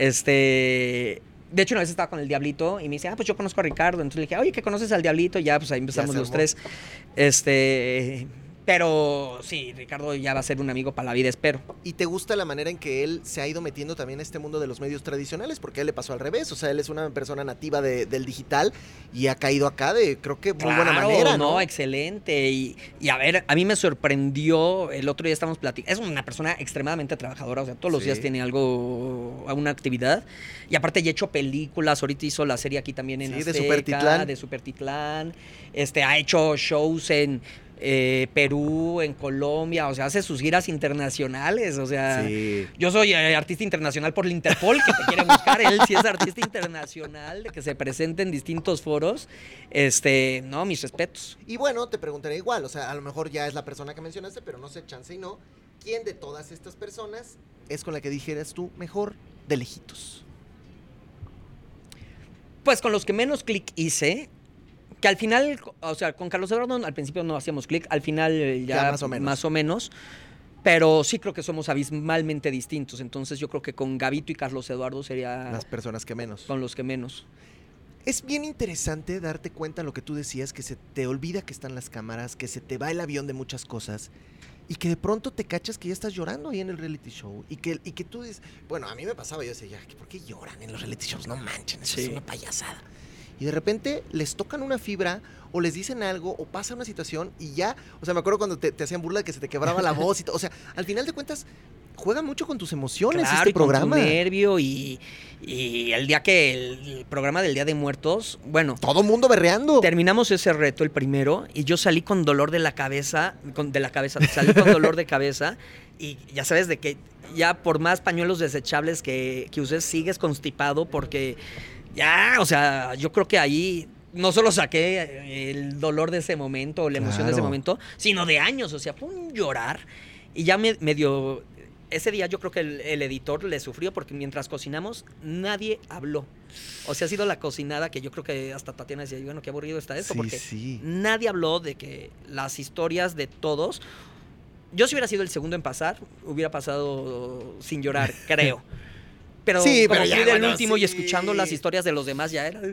De hecho, una vez estaba con el Diablito y me dice, pues yo conozco a Ricardo. Entonces le dije, oye, ¿que conoces al Diablito? Y ya, pues ahí empezamos se los armó. tres. Pero sí, Ricardo ya va a ser un amigo para la vida, espero. ¿Y te gusta la manera en que él se ha ido metiendo también a este mundo de los medios tradicionales? Porque a él le pasó al revés, o sea, él es una persona nativa del digital y ha caído acá de, creo que muy buena manera, ¿no? Excelente. Y a ver, a mí me sorprendió, el otro día estábamos platicando, es una persona extremadamente trabajadora, o sea, todos los días tiene una actividad. Y aparte ya ha hecho películas, ahorita hizo la serie aquí también en Azteca, de Supertitlán. Ha hecho shows en Perú, en Colombia, o sea, hace sus giras internacionales, o sea, yo soy artista internacional por la Interpol, que te quiere buscar, él sí es artista internacional, de que se presente en distintos foros, no, mis respetos. Y bueno, te preguntaré igual, o sea, a lo mejor ya es la persona que mencionaste, pero no sé, chance y no, ¿quién de todas estas personas es con la que dijeras tú mejor de lejitos? Pues con los que menos clic hice, que al final, o sea, con Carlos Eduardo al principio no hacíamos clic, al final ya más o menos, pero sí creo que somos abismalmente distintos, entonces yo creo que con Gabito y Carlos Eduardo sería... Las personas que menos. Con los que menos. Es bien interesante darte cuenta de lo que tú decías, que se te olvida que están las cámaras, que se te va el avión de muchas cosas y que de pronto te cachas que ya estás llorando ahí en el reality show y que tú dices, bueno, a mí me pasaba, yo decía, ¿por qué lloran en los reality shows? No manchen, eso es una payasada. Y de repente les tocan una fibra o les dicen algo o pasa una situación y ya, o sea, me acuerdo cuando te hacían burla de que se te quebraba la voz y todo, o sea, al final de cuentas juega mucho con tus emociones, claro, este programa. Con tu nervio y el día que el programa del Día de Muertos, bueno, todo mundo berreando. Terminamos ese reto el primero y yo salí con dolor de la cabeza, salí con dolor de cabeza y ya sabes de que ya por más pañuelos desechables que uses sigues constipado porque ya, o sea, yo creo que ahí no solo saqué el dolor de ese momento, la emoción de ese momento, sino de años, o sea, fue un llorar y ya medio... Ese día yo creo que el editor le sufrió porque mientras cocinamos nadie habló. O sea, ha sido la cocinada que yo creo que hasta Tatiana decía, bueno, qué aburrido está esto, porque nadie habló de que las historias de todos... Yo si hubiera sido el segundo en pasar, hubiera pasado sin llorar, creo. Pero como fui del último y escuchando las historias de los demás ya era...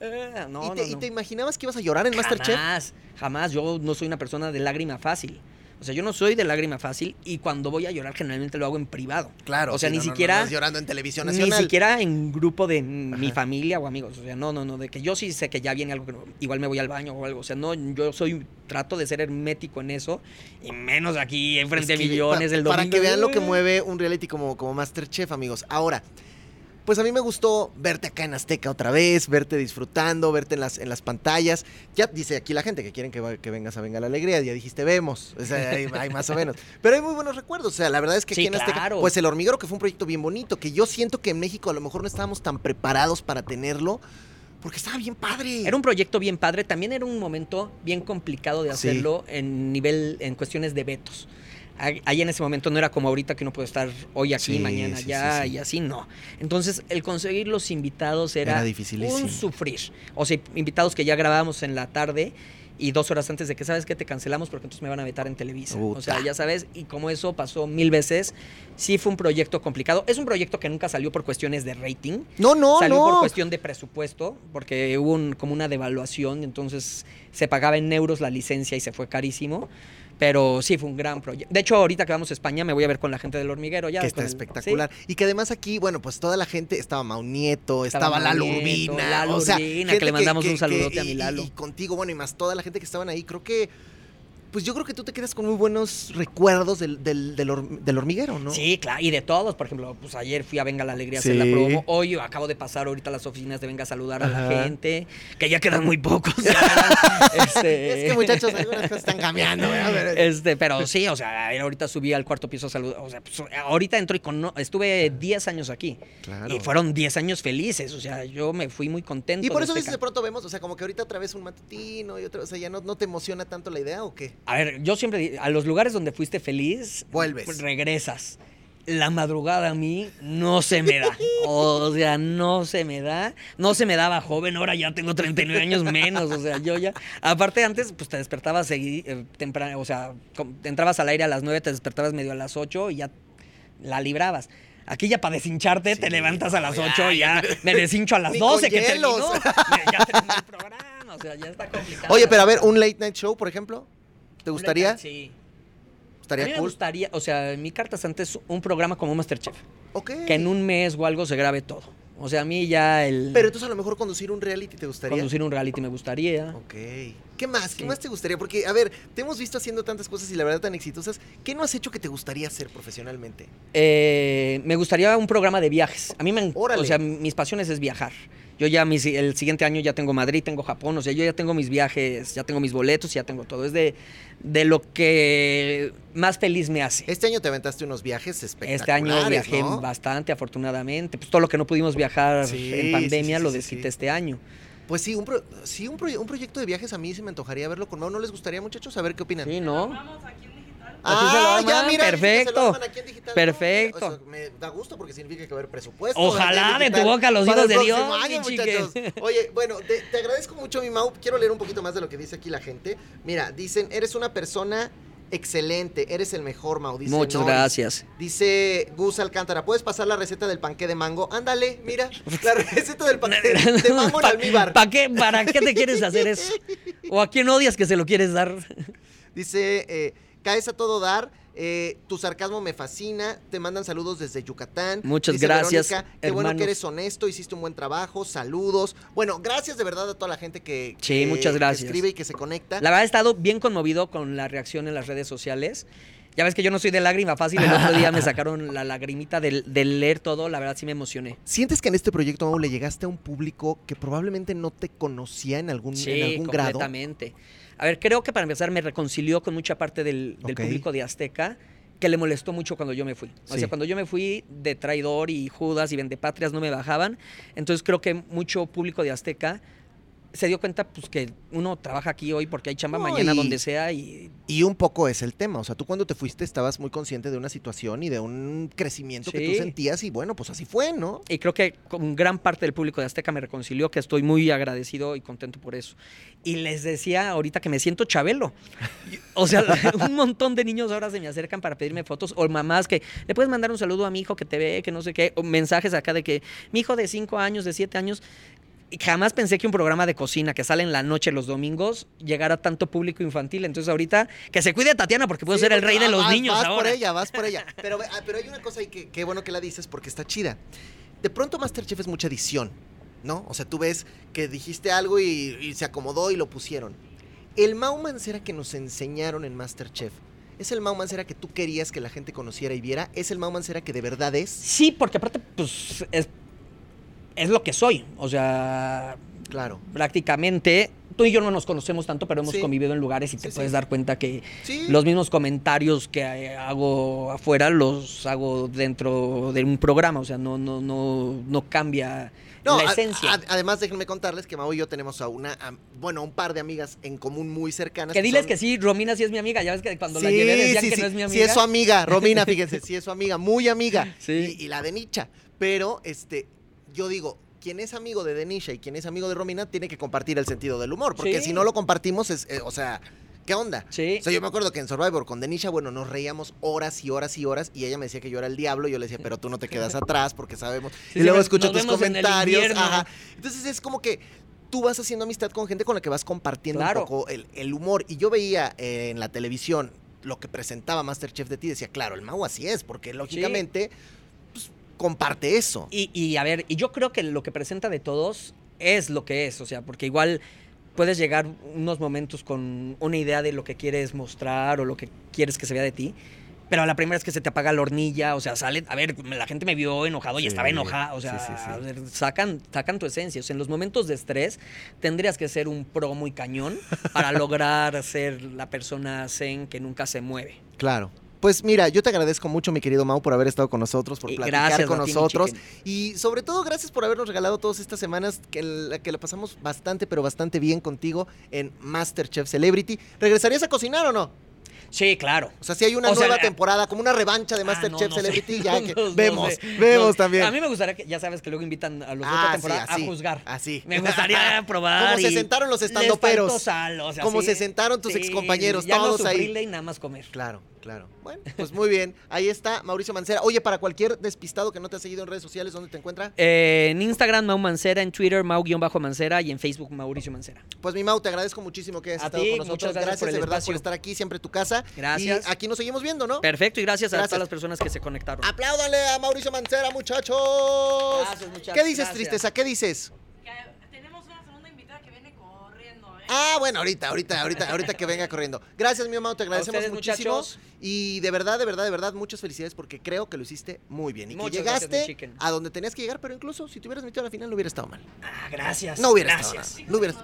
¿Y te imaginabas que ibas a llorar en MasterChef? Jamás. Yo no soy una persona de lágrima fácil. O sea, yo no soy de lágrima fácil y cuando voy a llorar generalmente lo hago en privado. Claro. O sea, ni siquiera... No llorando en televisión nacional. Ni siquiera en grupo de mi familia o amigos. O sea, no. De que yo sí sé que ya viene algo que igual me voy al baño o algo. O sea, no, trato de ser hermético en eso. Y menos aquí enfrente de millones el domingo. Para que vean lo que mueve un reality como MasterChef, amigos. Ahora... Pues a mí me gustó verte acá en Azteca otra vez, verte disfrutando, verte en las pantallas. Ya dice aquí la gente que quieren que vengas a Venga la Alegría. Ya dijiste, vemos. O sea, hay más o menos. Pero hay muy buenos recuerdos. O sea, la verdad es que aquí en Azteca, pues El Hormiguero, que fue un proyecto bien bonito, que yo siento que en México a lo mejor no estábamos tan preparados para tenerlo, porque estaba bien padre. Era un proyecto bien padre. También era un momento bien complicado de hacerlo en cuestiones de vetos. Ahí en ese momento no era como ahorita que uno puede estar hoy aquí, mañana allá y así, no. Entonces, el conseguir los invitados era un sufrir. O sea, invitados que ya grabábamos en la tarde y 2 horas antes de que, ¿sabes qué? Te cancelamos porque entonces me van a vetar en Televisa. O sea, ya sabes, y como eso pasó 1000 veces, sí fue un proyecto complicado. Es un proyecto que nunca salió por cuestiones de rating. Salió por cuestión de presupuesto, porque hubo como una devaluación, entonces se pagaba en euros la licencia y se fue carísimo. Pero sí, fue un gran proyecto. De hecho, ahorita que vamos a España, me voy a ver con la gente del Hormiguero. Ya, que está espectacular. ¿Sí? Y que además aquí, bueno, pues toda la gente, estaba Mau Nieto, estaba Lalo Urbina. O sea, que le mandamos un saludote a mi Lalo. Y contigo, bueno, y más toda la gente que estaban ahí, creo que... Pues yo creo que tú te quedas con muy buenos recuerdos del Hormiguero, ¿no? Sí, claro, y de todos. Por ejemplo, pues ayer fui a Venga la Alegría a hacer la promo. Hoy acabo de pasar ahorita a las oficinas de Venga a saludar a la gente, que ya quedan muy pocos. Es que, muchachos, algunas cosas están cambiando. Pero sí, o sea, ahorita subí al 4º piso a saludar. O sea, pues, ahorita entro y estuve 10 años aquí. Claro. Y fueron 10 años felices. O sea, yo me fui muy contento. Y por eso de pronto vemos, o sea, como que ahorita otra vez un matutino y otra, o sea, ¿ya no te emociona tanto la idea o qué? A ver, yo siempre, a los lugares donde fuiste feliz, vuelves. Pues regresas. La madrugada a mí no se me da. O sea, no se me da. No se me daba joven, ahora ya tengo 39 años menos. O sea, yo ya... Aparte, antes, pues te despertabas temprano. O sea, entrabas al aire a las 9, te despertabas medio a las 8 y ya la librabas. Aquí ya para deshincharte, te levantas a las 8 y ya me deshincho a las 12 que terminó. Ya terminó el programa. O sea, ya está complicado. Oye, pero a ver, ¿un late night show, por ejemplo? ¿Te gustaría? Sí. Estaría A mí me cool. gustaría, o sea, mi carta santa es un programa como Masterchef. Ok. Que en un mes o algo se grabe todo. O sea, a mí ya Pero entonces a lo mejor conducir un reality te gustaría. conducir un reality me gustaría. Ok. ¿Qué más? ¿Qué Sí. más te gustaría? Porque, a ver, te hemos visto haciendo tantas cosas y la verdad tan exitosas. ¿Qué no has hecho que te gustaría hacer profesionalmente? Me gustaría un programa de viajes. A mí Órale. o sea, mis pasiones es viajar. Yo ya el siguiente año ya tengo Madrid, tengo Japón, o sea, yo ya tengo mis viajes, ya tengo mis boletos, ya tengo todo. Es de lo que más feliz me hace. Este año te aventaste unos viajes espectaculares, Este año viajé ¿no? bastante, afortunadamente. Pues todo lo que no pudimos viajar Sí, en pandemia sí, lo sí, desquité sí. este año. Pues sí, un proyecto de viajes a mí se me antojaría verlo con Mau. ¿No les gustaría, muchachos? A ver qué opinan. Sí, ¿no? Vamos aquí en digital. Así se lo Ah, arman, ya, mira, dice que se lo perfecto. arman aquí en digital. Perfecto. O sea, me da gusto porque significa que va a haber presupuesto. Ojalá en de tu digital boca los para hijos el de Dios, próximo año, mi chique. muchachos. Oye, bueno, te agradezco mucho, mi Mau. Quiero leer un poquito más de lo que dice aquí la gente. Mira, dicen, eres una persona excelente, eres el mejor, Mau. Dice Muchas Nori. gracias. Dice Gus Alcántara, ¿puedes pasar la receta del panqué de mango? Ándale, mira, la receta del panqué de mango en almíbar. ¿Para qué te quieres hacer eso? ¿O a quién odias que se lo quieres dar? Dice, caes a todo dar, tu sarcasmo me fascina, te mandan saludos desde Yucatán. Muchas Dice gracias, Verónica, qué bueno que hermanos. eres honesto, hiciste un buen trabajo, saludos. Bueno, gracias de verdad a toda la gente Sí, muchas gracias. que escribe y que se conecta. La verdad he estado bien conmovido con la reacción en las redes sociales. Ya ves que yo no soy de lágrima fácil. El otro día me sacaron la lagrimita del leer todo. La verdad sí me emocioné. ¿Sientes que en este proyecto, Mau, le llegaste a un público que probablemente no te conocía en algún grado? Completamente. A ver, creo que para empezar me reconcilió con mucha parte del Ok. público de Azteca que le molestó mucho cuando yo me fui. O Sí. sea, cuando yo me fui de traidor y Judas y vendepatrias no me bajaban. Entonces creo que mucho público de Azteca se dio cuenta pues que uno trabaja aquí hoy porque hay chamba No, mañana y- donde sea y Y un poco es el tema, o sea, tú cuando te fuiste estabas muy consciente de una situación y de un crecimiento que tú Sí. sentías y bueno, pues así fue, ¿no? Y creo que con gran parte del público de Azteca me reconcilió, que estoy muy agradecido y contento por eso. Y les decía ahorita que me siento Chabelo. O sea, un montón de niños ahora se me acercan para pedirme fotos, o mamás que le puedes mandar un saludo a mi hijo que te ve, que no sé qué, o mensajes acá de que mi hijo de 5 años, de 7 años. Y jamás pensé que un programa de cocina que sale en la noche los domingos llegara a tanto público infantil. Entonces ahorita que se cuide Tatiana porque puedo Sí, ser el porque rey de los niños vas ahora. Vas por ella. Pero hay una cosa ahí que qué bueno que la dices porque está chida. De pronto Masterchef es mucha edición, ¿no? O sea, tú ves que dijiste algo y se acomodó y lo pusieron. El Mau Mancera que nos enseñaron en Masterchef, ¿es el Mau Mancera que tú querías que la gente conociera y viera? ¿Es el Mau Mancera que de verdad es? Sí, porque aparte, pues, es lo que soy. O sea, Claro. prácticamente, tú y yo no nos conocemos tanto, pero hemos Sí. convivido en lugares y te Sí, puedes sí. dar cuenta que Sí. los mismos comentarios que hago afuera los hago dentro de un programa. O sea, no cambia la esencia. Además, déjenme contarles que Mau y yo tenemos a un par de amigas en común muy cercanas. Que diles son- que sí, Romina sí es mi amiga. Ya ves que cuando la Sí, llevé decían sí, que sí, no es mi sí amiga. es su amiga, Romina, fíjense, sí es su amiga, muy amiga. Sí. Y la de Nicha. Pero, yo digo, quien es amigo de Denisha y quien es amigo de Romina tiene que compartir el sentido del humor. Porque Sí. si no lo compartimos, o sea, ¿qué onda? Sí. O sea, yo me acuerdo que en Survivor con Denisha, bueno, nos reíamos horas y horas y horas y ella me decía que yo era el diablo y yo le decía, pero tú no te quedas atrás porque sabemos. Sí, y luego sí, escucho nos tus vemos en el comentarios. invierno. Ajá. Entonces es como que tú vas haciendo amistad con gente con la que vas compartiendo Claro. un poco el humor. Y yo veía en la televisión lo que presentaba Masterchef de ti, decía, claro, el Mau así es, porque lógicamente pues, comparte eso. Y a ver, y yo creo que lo que presenta de todos es lo que es, o sea, porque igual puedes llegar unos momentos con una idea de lo que quieres mostrar o lo que quieres que se vea de ti, pero a la primera es que se te apaga la hornilla, o sea, sale, a ver, la gente me vio enojado y Sí, estaba enojada, o sea, sí, sí, sí. a ver, sacan tu esencia, o sea, en los momentos de estrés tendrías que ser un pro muy cañón para lograr ser la persona zen que nunca se mueve. Claro. Pues mira, yo te agradezco mucho, mi querido Mau, por haber estado con nosotros, por Y platicar gracias con a ti, mi nosotros. chicken. Y sobre todo, gracias por habernos regalado todas estas semanas que la pasamos bastante, pero bastante bien contigo en Masterchef Celebrity. ¿Regresarías a cocinar o no? Sí, claro. O sea, si hay una O sea, nueva temporada, como una revancha de Masterchef no sé. Celebrity, ya que No vemos, sé. vemos No, también. A mí me gustaría que, ya sabes que luego invitan a los de otra temporada así, a juzgar. Así. Me gustaría probar. Como se y sentaron los les estandoperos. faltó sal, o sea, Como sí. se sentaron tus Sí, excompañeros, ya todos no ahí. sufrirle y nada más comer. Claro. Claro. Bueno, pues muy bien. Ahí está Mauricio Mancera. Oye, para cualquier despistado que no te ha seguido en redes sociales, ¿dónde te encuentra? En Instagram, Mau Mancera, en Twitter, Mau-Mancera y en Facebook, Mauricio Mancera. Pues mi Mau, te agradezco muchísimo que hayas estado con nosotros. Muchas gracias por el de verdad espacio. por estar aquí, siempre tu casa. Gracias. Y aquí nos seguimos viendo, ¿no? Perfecto, y gracias a todas las personas que se conectaron. Apláudale a Mauricio Mancera, muchachos. Gracias, muchachos. ¿Qué dices, Gracias. Tristeza? ¿Qué dices? Tenemos una segunda invitada que viene corriendo, ¿eh? Ah, bueno, ahorita que venga corriendo. Gracias, mi Mau, te agradecemos ustedes, muchísimo. muchachos. Y de verdad, muchas felicidades porque creo que lo hiciste muy bien. Y Muchas que llegaste gracias, mi chicken. a donde tenías que llegar, pero incluso si te hubieras metido a la final no hubiera estado mal. Gracias. No hubiera estado mal. No hubiera...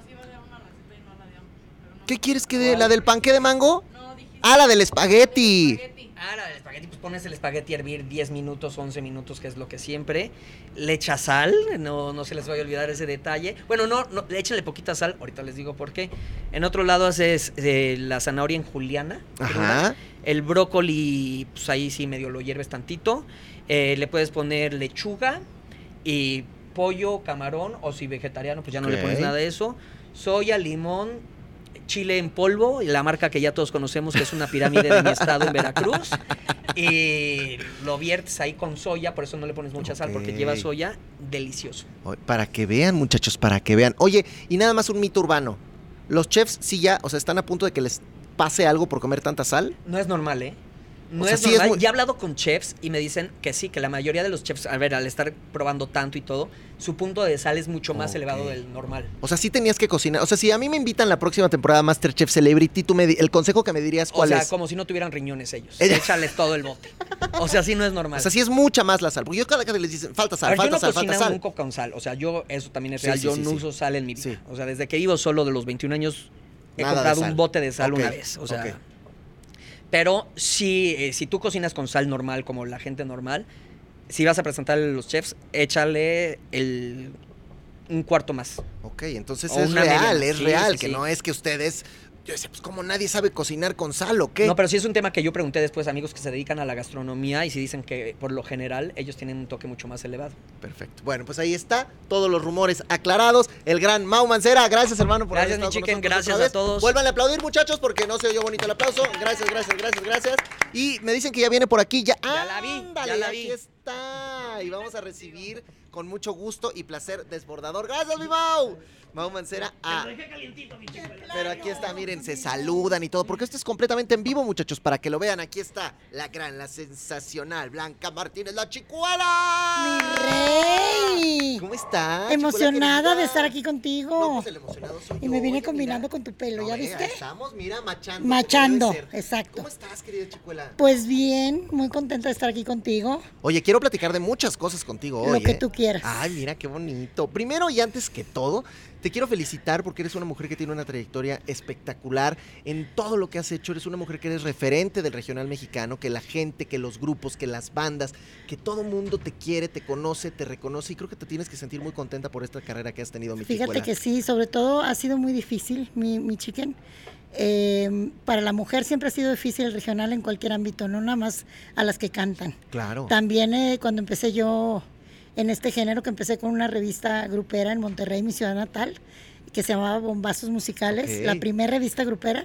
¿Qué quieres que dé? ¿La del panqué de mango? No, dijiste. Ah, la del espagueti. La del espagueti, pues pones el espagueti a hervir 10 minutos, 11 minutos, que es lo que siempre. Le echas sal, no se les vaya a olvidar ese detalle. Bueno, no, échenle poquita sal, ahorita les digo por qué. En otro lado haces la zanahoria en juliana. Ajá. El brócoli, pues ahí sí medio lo hierves tantito. Le puedes poner lechuga y pollo, camarón, o si vegetariano, pues ya no le pones nada de eso. Soya, limón, chile en polvo, la marca que ya todos conocemos, que es una pirámide de mi estado en Veracruz. Y lo viertes ahí con soya, por eso no le pones mucha sal, porque lleva soya, delicioso. Para que vean, muchachos, para que vean. Oye, y nada más un mito urbano. Los chefs sí ya, o sea, están a punto de que les pase algo por comer tanta sal. No es normal, ¿eh? No O sea, es sí normal. es muy... Ya he hablado con chefs y me dicen que sí, que la mayoría de los chefs, a ver, al estar probando tanto y todo, su punto de sal es mucho más elevado del normal. O sea, sí tenías que cocinar. O sea, si a mí me invitan la próxima temporada a MasterChef Celebrity, el consejo que me dirías, ¿cuál es? O sea, como si no tuvieran riñones ellos. Échales todo el bote. O sea, sí no es normal. O sea, sí es mucha más la sal. Porque yo cada vez les dicen, falta sal, a ver, falta yo no sal, falta cocino sal. nunca con sal. O sea, eso también es Sí, real. sí, Yo sí, no sí. uso sal en mi vida. Sí. O sea, desde que vivo solo de los 21 años, he Nada de comprado sal. un bote de sal Ok, una vez. O sea, ok. pero sí, si tú cocinas con sal normal, como la gente normal, si vas a presentarle a los chefs, échale un cuarto más. Ok, entonces O es una real, mediana. es Sí, real, sí, que sí. no es que ustedes... Yo decía, pues como nadie sabe cocinar con sal, ¿o qué? No, pero sí es un tema que yo pregunté después a amigos que se dedican a la gastronomía y sí dicen que por lo general ellos tienen un toque mucho más elevado. Perfecto. Bueno, pues ahí está, todos los rumores aclarados. El gran Mau Mancera, gracias hermano por Gracias, haber estado mi con chicken, nosotros gracias otra vez. a todos. Vuelvan a aplaudir, muchachos, porque no se oyó bonito el aplauso. Gracias. Y me dicen que ya viene por aquí. Ya la vi, ándale, ya la aquí vi. está. Y vamos a recibir con mucho gusto y placer desbordador. Gracias, mi Mau. Mau Mancera. Pero aquí está, miren, se saludan y todo, porque esto es completamente en vivo, muchachos, para que lo vean. Aquí está la gran, la sensacional Blanca Martínez, la chicuela. ¡Mi rey! ¿Cómo estás? Emocionada chicuela de estar querida? aquí contigo. No, pues el emocionado soy Y yo. me vine Oye, combinando mira. con tu pelo, No, ¿ya mira, viste? estamos, mira, machando. Machando, como debe ser. exacto. ¿Cómo estás, querida chicuela? Pues bien, muy contenta de estar aquí contigo. Oye, quiero platicar de muchas cosas contigo hoy. Lo que tú quieras. Ay, mira qué bonito. Primero y antes que todo, te quiero felicitar porque eres una mujer que tiene una trayectoria espectacular en todo lo que has hecho. Eres una mujer que eres referente del regional mexicano, que la gente, que los grupos, que las bandas, que todo mundo te quiere, te conoce, te reconoce y creo que te tienes que sentir muy contenta por esta carrera que has tenido, mi Fíjate chicuela. que sí, sobre todo ha sido muy difícil, mi chicken. Para la mujer siempre ha sido difícil el regional en cualquier ámbito, no nada más a las que cantan. Claro. También cuando empecé yo en este género, que empecé con una revista grupera en Monterrey, mi ciudad natal, que se llamaba Bombazos Musicales, Ok. la primera revista grupera,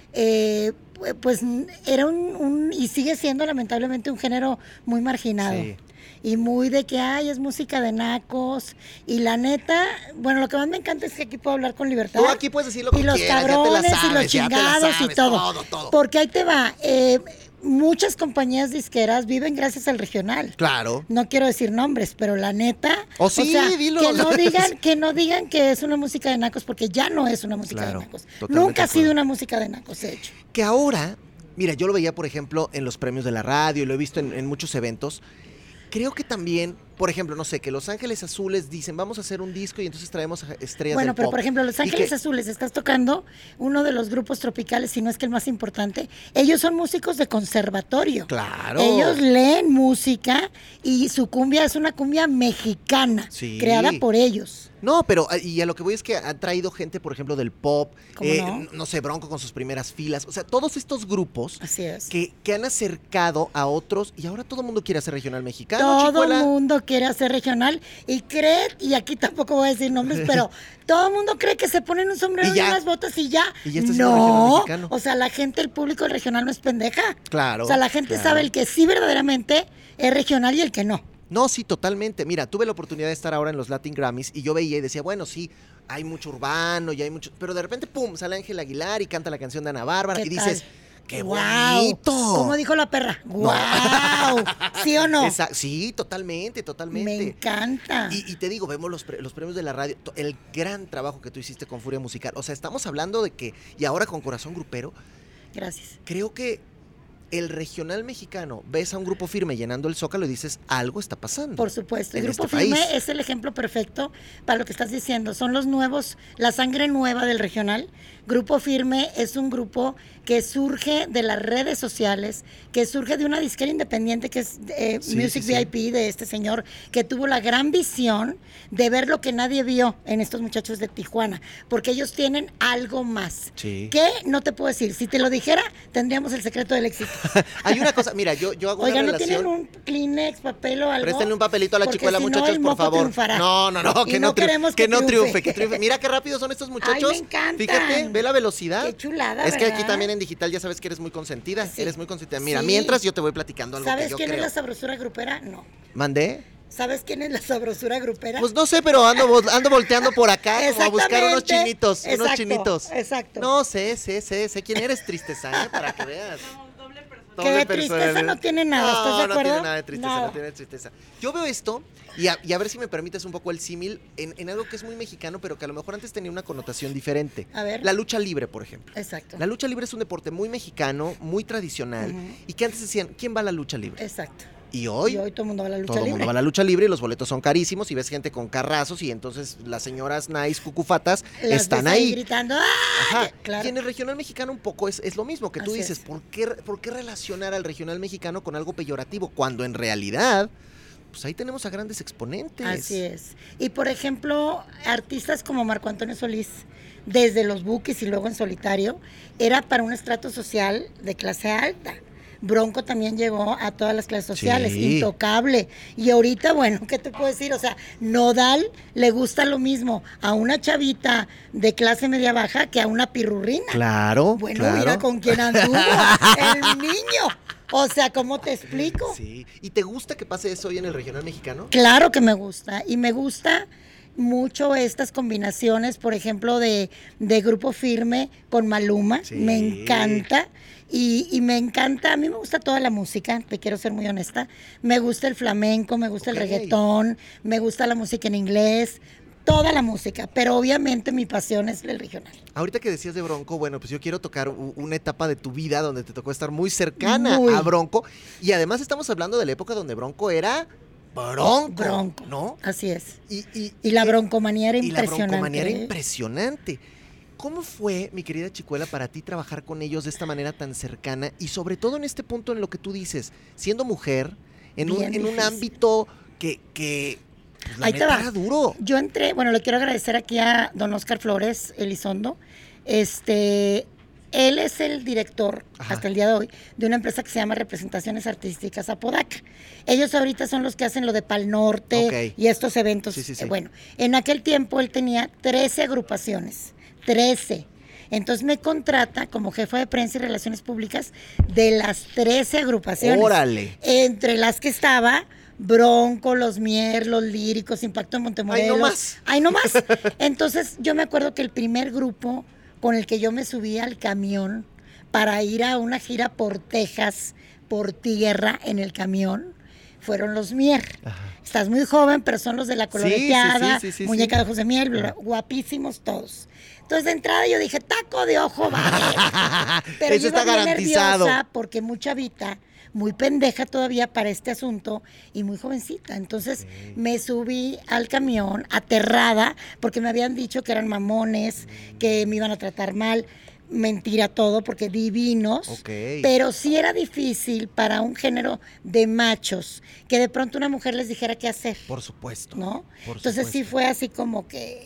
pues era y sigue siendo lamentablemente un género muy marginado. Sí. Y muy de que, es música de nacos. Y la neta, bueno, lo que más me encanta es que aquí puedo hablar con libertad. Tú aquí puedes decir lo que Y los quieras, ya te la cabrones sabes, y los ya te la chingados sabes, y todo. todo. Porque ahí te va. Muchas compañías disqueras viven gracias al regional. Claro. No quiero decir nombres, pero la neta, Oh, sí, o sea, dilo. que no digan que es una música de nacos, porque ya no es una música Claro, de nacos. totalmente Nunca ha de sido acuerdo. una música de nacos, de hecho. Que ahora, mira, yo lo veía, por ejemplo, en los premios de la radio y lo he visto en muchos eventos. Creo que también, por ejemplo, no sé, que Los Ángeles Azules dicen, vamos a hacer un disco y entonces traemos a estrellas Bueno, del pero pop. por ejemplo, Los Y Ángeles que- Azules, estás tocando uno de los grupos tropicales, si no es que el más importante. Ellos son músicos de conservatorio. Claro. Ellos leen música y su cumbia es una cumbia mexicana, Sí. creada por ellos. No, pero y a lo que voy es que han traído gente, por ejemplo, del pop, ¿Cómo no? no sé, Bronco con sus primeras filas, o sea, todos estos grupos Así es. que han acercado a otros y ahora todo el mundo quiere hacer regional mexicano, Todo el chicuela. mundo mundo quiere hacer regional y cree, y aquí tampoco voy a decir nombres, pero todo el mundo cree que se ponen un sombrero y unas botas y ya. Y está haciendo regional No, mexicano. o sea, la gente, el público del regional no es pendeja. Claro. O sea, la gente sabe el que sí verdaderamente es regional y el que no. No, sí, totalmente. Mira, tuve la oportunidad de estar ahora en los Latin Grammys y yo veía y decía, bueno, sí, hay mucho urbano y hay mucho... Pero de repente, pum, sale Ángel Aguilar y canta la canción de Ana Bárbara y dices, ¡qué ¡Guau! bonito! ¿Cómo dijo la perra? ¡Guau! ¿Sí o no? Sí, totalmente. Me encanta. Y te digo, vemos los premios de la radio, el gran trabajo que tú hiciste con Furia Musical. O sea, estamos hablando de que, y ahora con Corazón Grupero, Gracias. creo que el regional mexicano, ves a un Grupo Firme llenando el Zócalo y dices, algo está pasando. Por supuesto. El en Grupo este Firme país. es el ejemplo perfecto para lo que estás diciendo. Son los nuevos, la sangre nueva del regional. Grupo Firme es un grupo que surge de las redes sociales, que surge de una disquera independiente que es Music VIP de este señor, que tuvo la gran visión de ver lo que nadie vio en estos muchachos de Tijuana, porque ellos tienen algo más. Sí. Que no te puedo decir, si te lo dijera, tendríamos el secreto del éxito. Hay una cosa, mira, yo hago Oiga, una ¿no relación... tienen un Kleenex, papel o algo? Préstenle un papelito a la Porque chicuela, si no, muchachos, el por moco favor. triunfará. No, Y que no no, queremos que triunfe, triunfe. que triunfe. Mira qué rápido son estos muchachos. Ay, me encantan. Fíjate, ve la velocidad. Qué chulada, Es que aquí ¿verdad? también en digital ya sabes que eres muy consentida. Sí. Eres muy consentida. Mira, Sí. mientras yo te voy platicando algo que ¿Sabes yo quién creo. es la sabrosura grupera? No. ¿Mandé? ¿Sabes quién es la sabrosura grupera? Pues no sé, pero ando volteando por acá como a buscar unos Exactamente. chinitos, unos Exacto, chinitos. exacto. No, sé quién eres, tristeza, para que veas. Somos doble persona. Que de Doble tristeza personalidad. no tiene nada, ¿estás de No acuerdo? tiene nada de tristeza, Nada. no tiene tristeza. Yo veo esto, y a ver si me permites un poco el símil, en algo que es muy mexicano, pero que a lo mejor antes tenía una connotación diferente. A ver. La lucha libre, por ejemplo. Exacto. La lucha libre es un deporte muy mexicano, muy tradicional, Ujú. y que antes decían, ¿quién va a la lucha libre? Exacto. Y hoy... Y hoy todo el mundo va a la lucha Todo el libre. mundo va a la lucha libre y los boletos son carísimos y ves gente con carrazos y entonces las señoras nice, cucufatas, Las están ves ahí. gritando. ¡Ah! Ajá. Claro. Y en el regional mexicano un poco es lo mismo, que tú Así dices, es. ¿por qué relacionar al regional mexicano con algo peyorativo? Cuando en realidad, pues ahí tenemos a grandes exponentes. Así es. Y por ejemplo, artistas como Marco Antonio Solís, desde los Bukis y luego en solitario, era para un estrato social de clase alta. Bronco también llegó a todas las clases sociales, Sí. Intocable. Y ahorita, bueno, ¿qué te puedo decir? O sea, Nodal le gusta lo mismo a una chavita de clase media baja que a una pirurrina. Claro, Bueno, claro. mira con quién anduvo, el niño. O sea, ¿cómo te explico? Sí. ¿Y te gusta que pase eso hoy en el regional mexicano? Claro que me gusta. Y me gusta mucho estas combinaciones, por ejemplo, de Grupo Firme con Maluma. Sí. Me encanta. Y me encanta, a mí me gusta toda la música, te quiero ser muy honesta. Me gusta el flamenco, me gusta Ok. el reggaetón, me gusta la música en inglés, toda la música. Pero obviamente mi pasión es el regional. Ahorita que decías de Bronco, bueno, pues yo quiero tocar una etapa de tu vida donde te tocó estar muy cercana Muy. a Bronco. Y además estamos hablando de la época donde Bronco era Bronco. Bronco. ¿No? Así es. Y la broncomanía era y la impresionante. broncomanía era ¿eh? impresionante. ¿Cómo fue, mi querida Chicuela, para ti trabajar con ellos de esta manera tan cercana? Y sobre todo en este punto en lo que tú dices, siendo mujer, en un Bien difícil. ámbito que pues, la Ahí te neta va. era duro. Yo entré, bueno, le quiero agradecer aquí a don Oscar Flores Elizondo. Él es el director, Ajá. hasta el día de hoy, de una empresa que se llama Representaciones Artísticas Apodaca. Ellos ahorita son los que hacen lo de Pal Norte Ok. y estos eventos. Sí, sí, sí. Bueno, en aquel tiempo él tenía 13 agrupaciones, 13. Entonces me contrata como jefa de prensa y relaciones públicas de las 13 agrupaciones. Órale. Entre las que estaba Bronco, Los Mier, Los Líricos, Impacto en Montemorelos. ¡Ay, no más! ¡Ay, no más! Entonces yo me acuerdo que el primer grupo con el que yo me subí al camión para ir a una gira por Texas, por tierra en el camión, fueron Los Mier. Ajá. Estás muy joven, pero son los de la coloreteada, sí, muñeca sí. de José Mier, guapísimos todos. Entonces de entrada yo dije, taco de ojo, vale. Pero Eso yo iba está bien garantizado. nerviosa porque muy chavita, muy pendeja todavía para este asunto y muy jovencita. Entonces me subí al camión aterrada porque me habían dicho que eran mamones, que me iban a tratar mal. Mentira todo, porque divinos. Ok. Pero sí era difícil para un género de machos que de pronto una mujer les dijera qué hacer, Por supuesto. ¿no? Por Entonces sí supuesto. fue así como que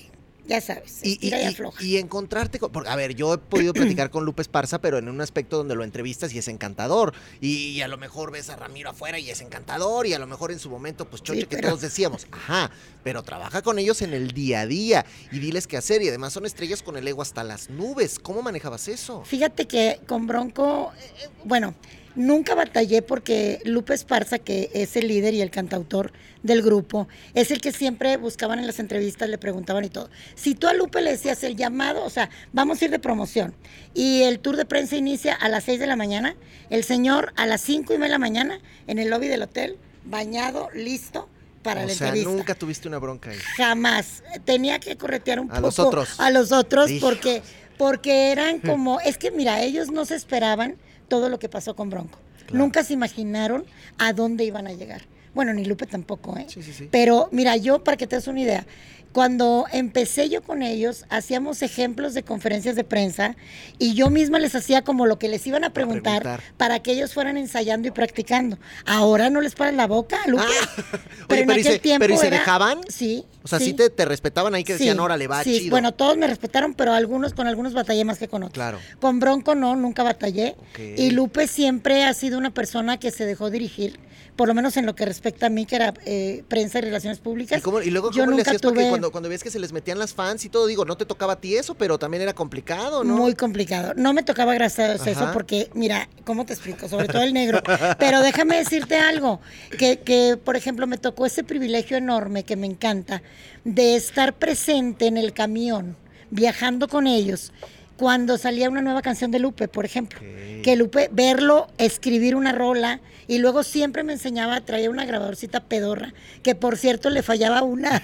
ya sabes, estira y afloja. Y encontrarte con, porque, a ver, yo he podido platicar con Lupe Esparza, pero en un aspecto donde lo entrevistas y es encantador. Y a lo mejor ves a Ramiro afuera y es encantador. Y a lo mejor en su momento, pues choche, Sí, que pero- todos decíamos, ajá, pero trabaja con ellos en el día a día y diles qué hacer. Y además son estrellas con el ego hasta las nubes. ¿Cómo manejabas eso? Fíjate que con Bronco, bueno, nunca batallé porque Lupe Esparza, que es el líder y el cantautor del grupo, es el que siempre buscaban en las entrevistas, le preguntaban y todo. Si tú a Lupe le decías el llamado, o sea, vamos a ir de promoción, y el tour de prensa inicia a las 6 de la mañana, el señor a las 5:30 de la mañana, en el lobby del hotel, bañado, listo para la O sea, entrevista. nunca tuviste una bronca ahí. Jamás. Tenía que corretear un A poco los otros. a los otros Hijos. porque eran como, es que mira, ellos no se esperaban todo lo que pasó con Bronco. Claro. Nunca se imaginaron a dónde iban a llegar. Bueno, ni Lupe tampoco, ¿eh? Sí, sí, sí. Pero mira, yo para que te des una idea, cuando empecé yo con ellos, hacíamos ejemplos de conferencias de prensa y yo misma les hacía como lo que les iban a preguntar, para que ellos fueran ensayando y practicando. Ahora no les paras la boca, Lupe. Oye, en aquel tiempo pero ¿y se era- dejaban? Sí. O sea, sí te respetaban ahí que decían, órale, va, sí, chido. bueno, todos me respetaron, pero con algunos batallé más que con otros. Claro. Con Bronco no, nunca batallé. Ok. Y Lupe siempre ha sido una persona que se dejó dirigir, por lo menos en lo que respecta a mí, que era prensa y relaciones públicas. Y luego, yo ¿cómo le nunca hacías? Porque tuve cuando ves que se les metían las fans y todo, digo, no te tocaba a ti eso, pero también era complicado, ¿no? muy complicado. No me tocaba gracias a eso Ajá. porque, mira, ¿cómo te explico? Sobre todo el negro. Pero déjame decirte algo, que por ejemplo, me tocó ese privilegio enorme que me encanta de estar presente en el camión, viajando con ellos, cuando salía una nueva canción de Lupe, por ejemplo. Ok. Que Lupe, verlo, escribir una rola, y luego siempre me enseñaba, traía una grabadorcita pedorra, que por cierto le fallaba una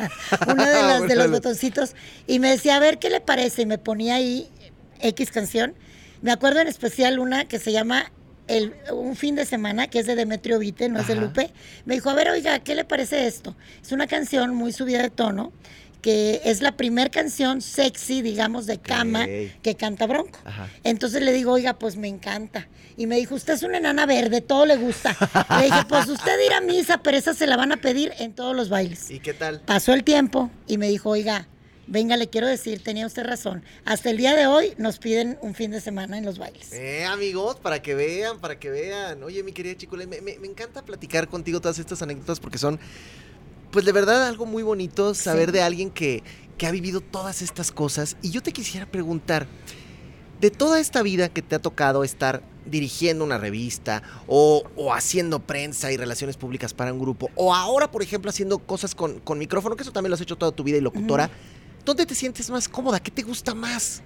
de los botoncitos, y me decía, a ver, ¿qué le parece? Y me ponía ahí X canción. Me acuerdo en especial una que se llama Un fin de semana, que es de Demetrio Vite, no es de Ajá. Lupe. Me dijo, a ver, oiga, ¿qué le parece esto? Es una canción muy subida de tono, que es la primer canción sexy, digamos, de cama Ok. que canta Bronco. Ajá. Entonces le digo, oiga, pues me encanta. Y me dijo, usted es una enana verde, todo le gusta. Le dije, pues usted irá a misa, pero esa se la van a pedir en todos los bailes. ¿Y qué tal? Pasó el tiempo y me dijo, oiga, venga, le quiero decir, tenía usted razón. Hasta el día de hoy nos piden un fin de semana en los bailes. Amigos, para que vean, para que vean. Oye, mi querida Chicole, me encanta platicar contigo todas estas anécdotas porque son, pues de verdad, algo muy bonito saber Sí. de alguien que ha vivido todas estas cosas. Y yo te quisiera preguntar, de toda esta vida que te ha tocado estar dirigiendo una revista o haciendo prensa y relaciones públicas para un grupo, o ahora, por ejemplo, haciendo cosas con micrófono, que eso también lo has hecho toda tu vida y locutora, ¿dónde te sientes más cómoda? ¿Qué te gusta más?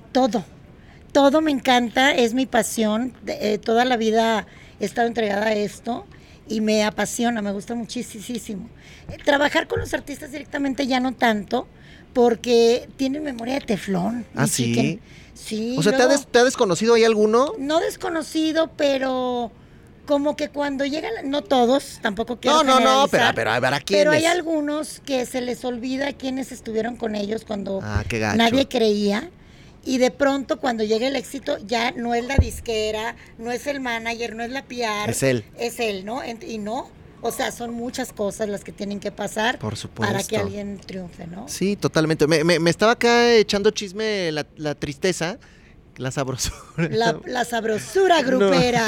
Todo me encanta, es mi pasión. Toda la vida he estado entregada a esto y me apasiona, me gusta muchísimo. Trabajar con los artistas directamente ya no tanto, porque tienen memoria de teflón. ¿Ah, mi sí? chicken. Sí. O sea, luego- ¿te ha desconocido ahí alguno? No desconocido, pero como que cuando llegan, no todos, tampoco quiero No, generalizar, pero habrá quienes. pero hay algunos que se les olvida quiénes estuvieron con ellos cuando Ah, qué gacho. nadie creía. Y de pronto cuando llega el éxito ya no es la disquera, no es el manager, no es la PR. Es él. Es él, ¿no? Y no, o sea, son muchas cosas las que tienen que pasar Por supuesto. para que alguien triunfe, ¿no? Sí, totalmente. Me estaba acá echando chisme la tristeza, la sabrosura. La sabrosura grupera.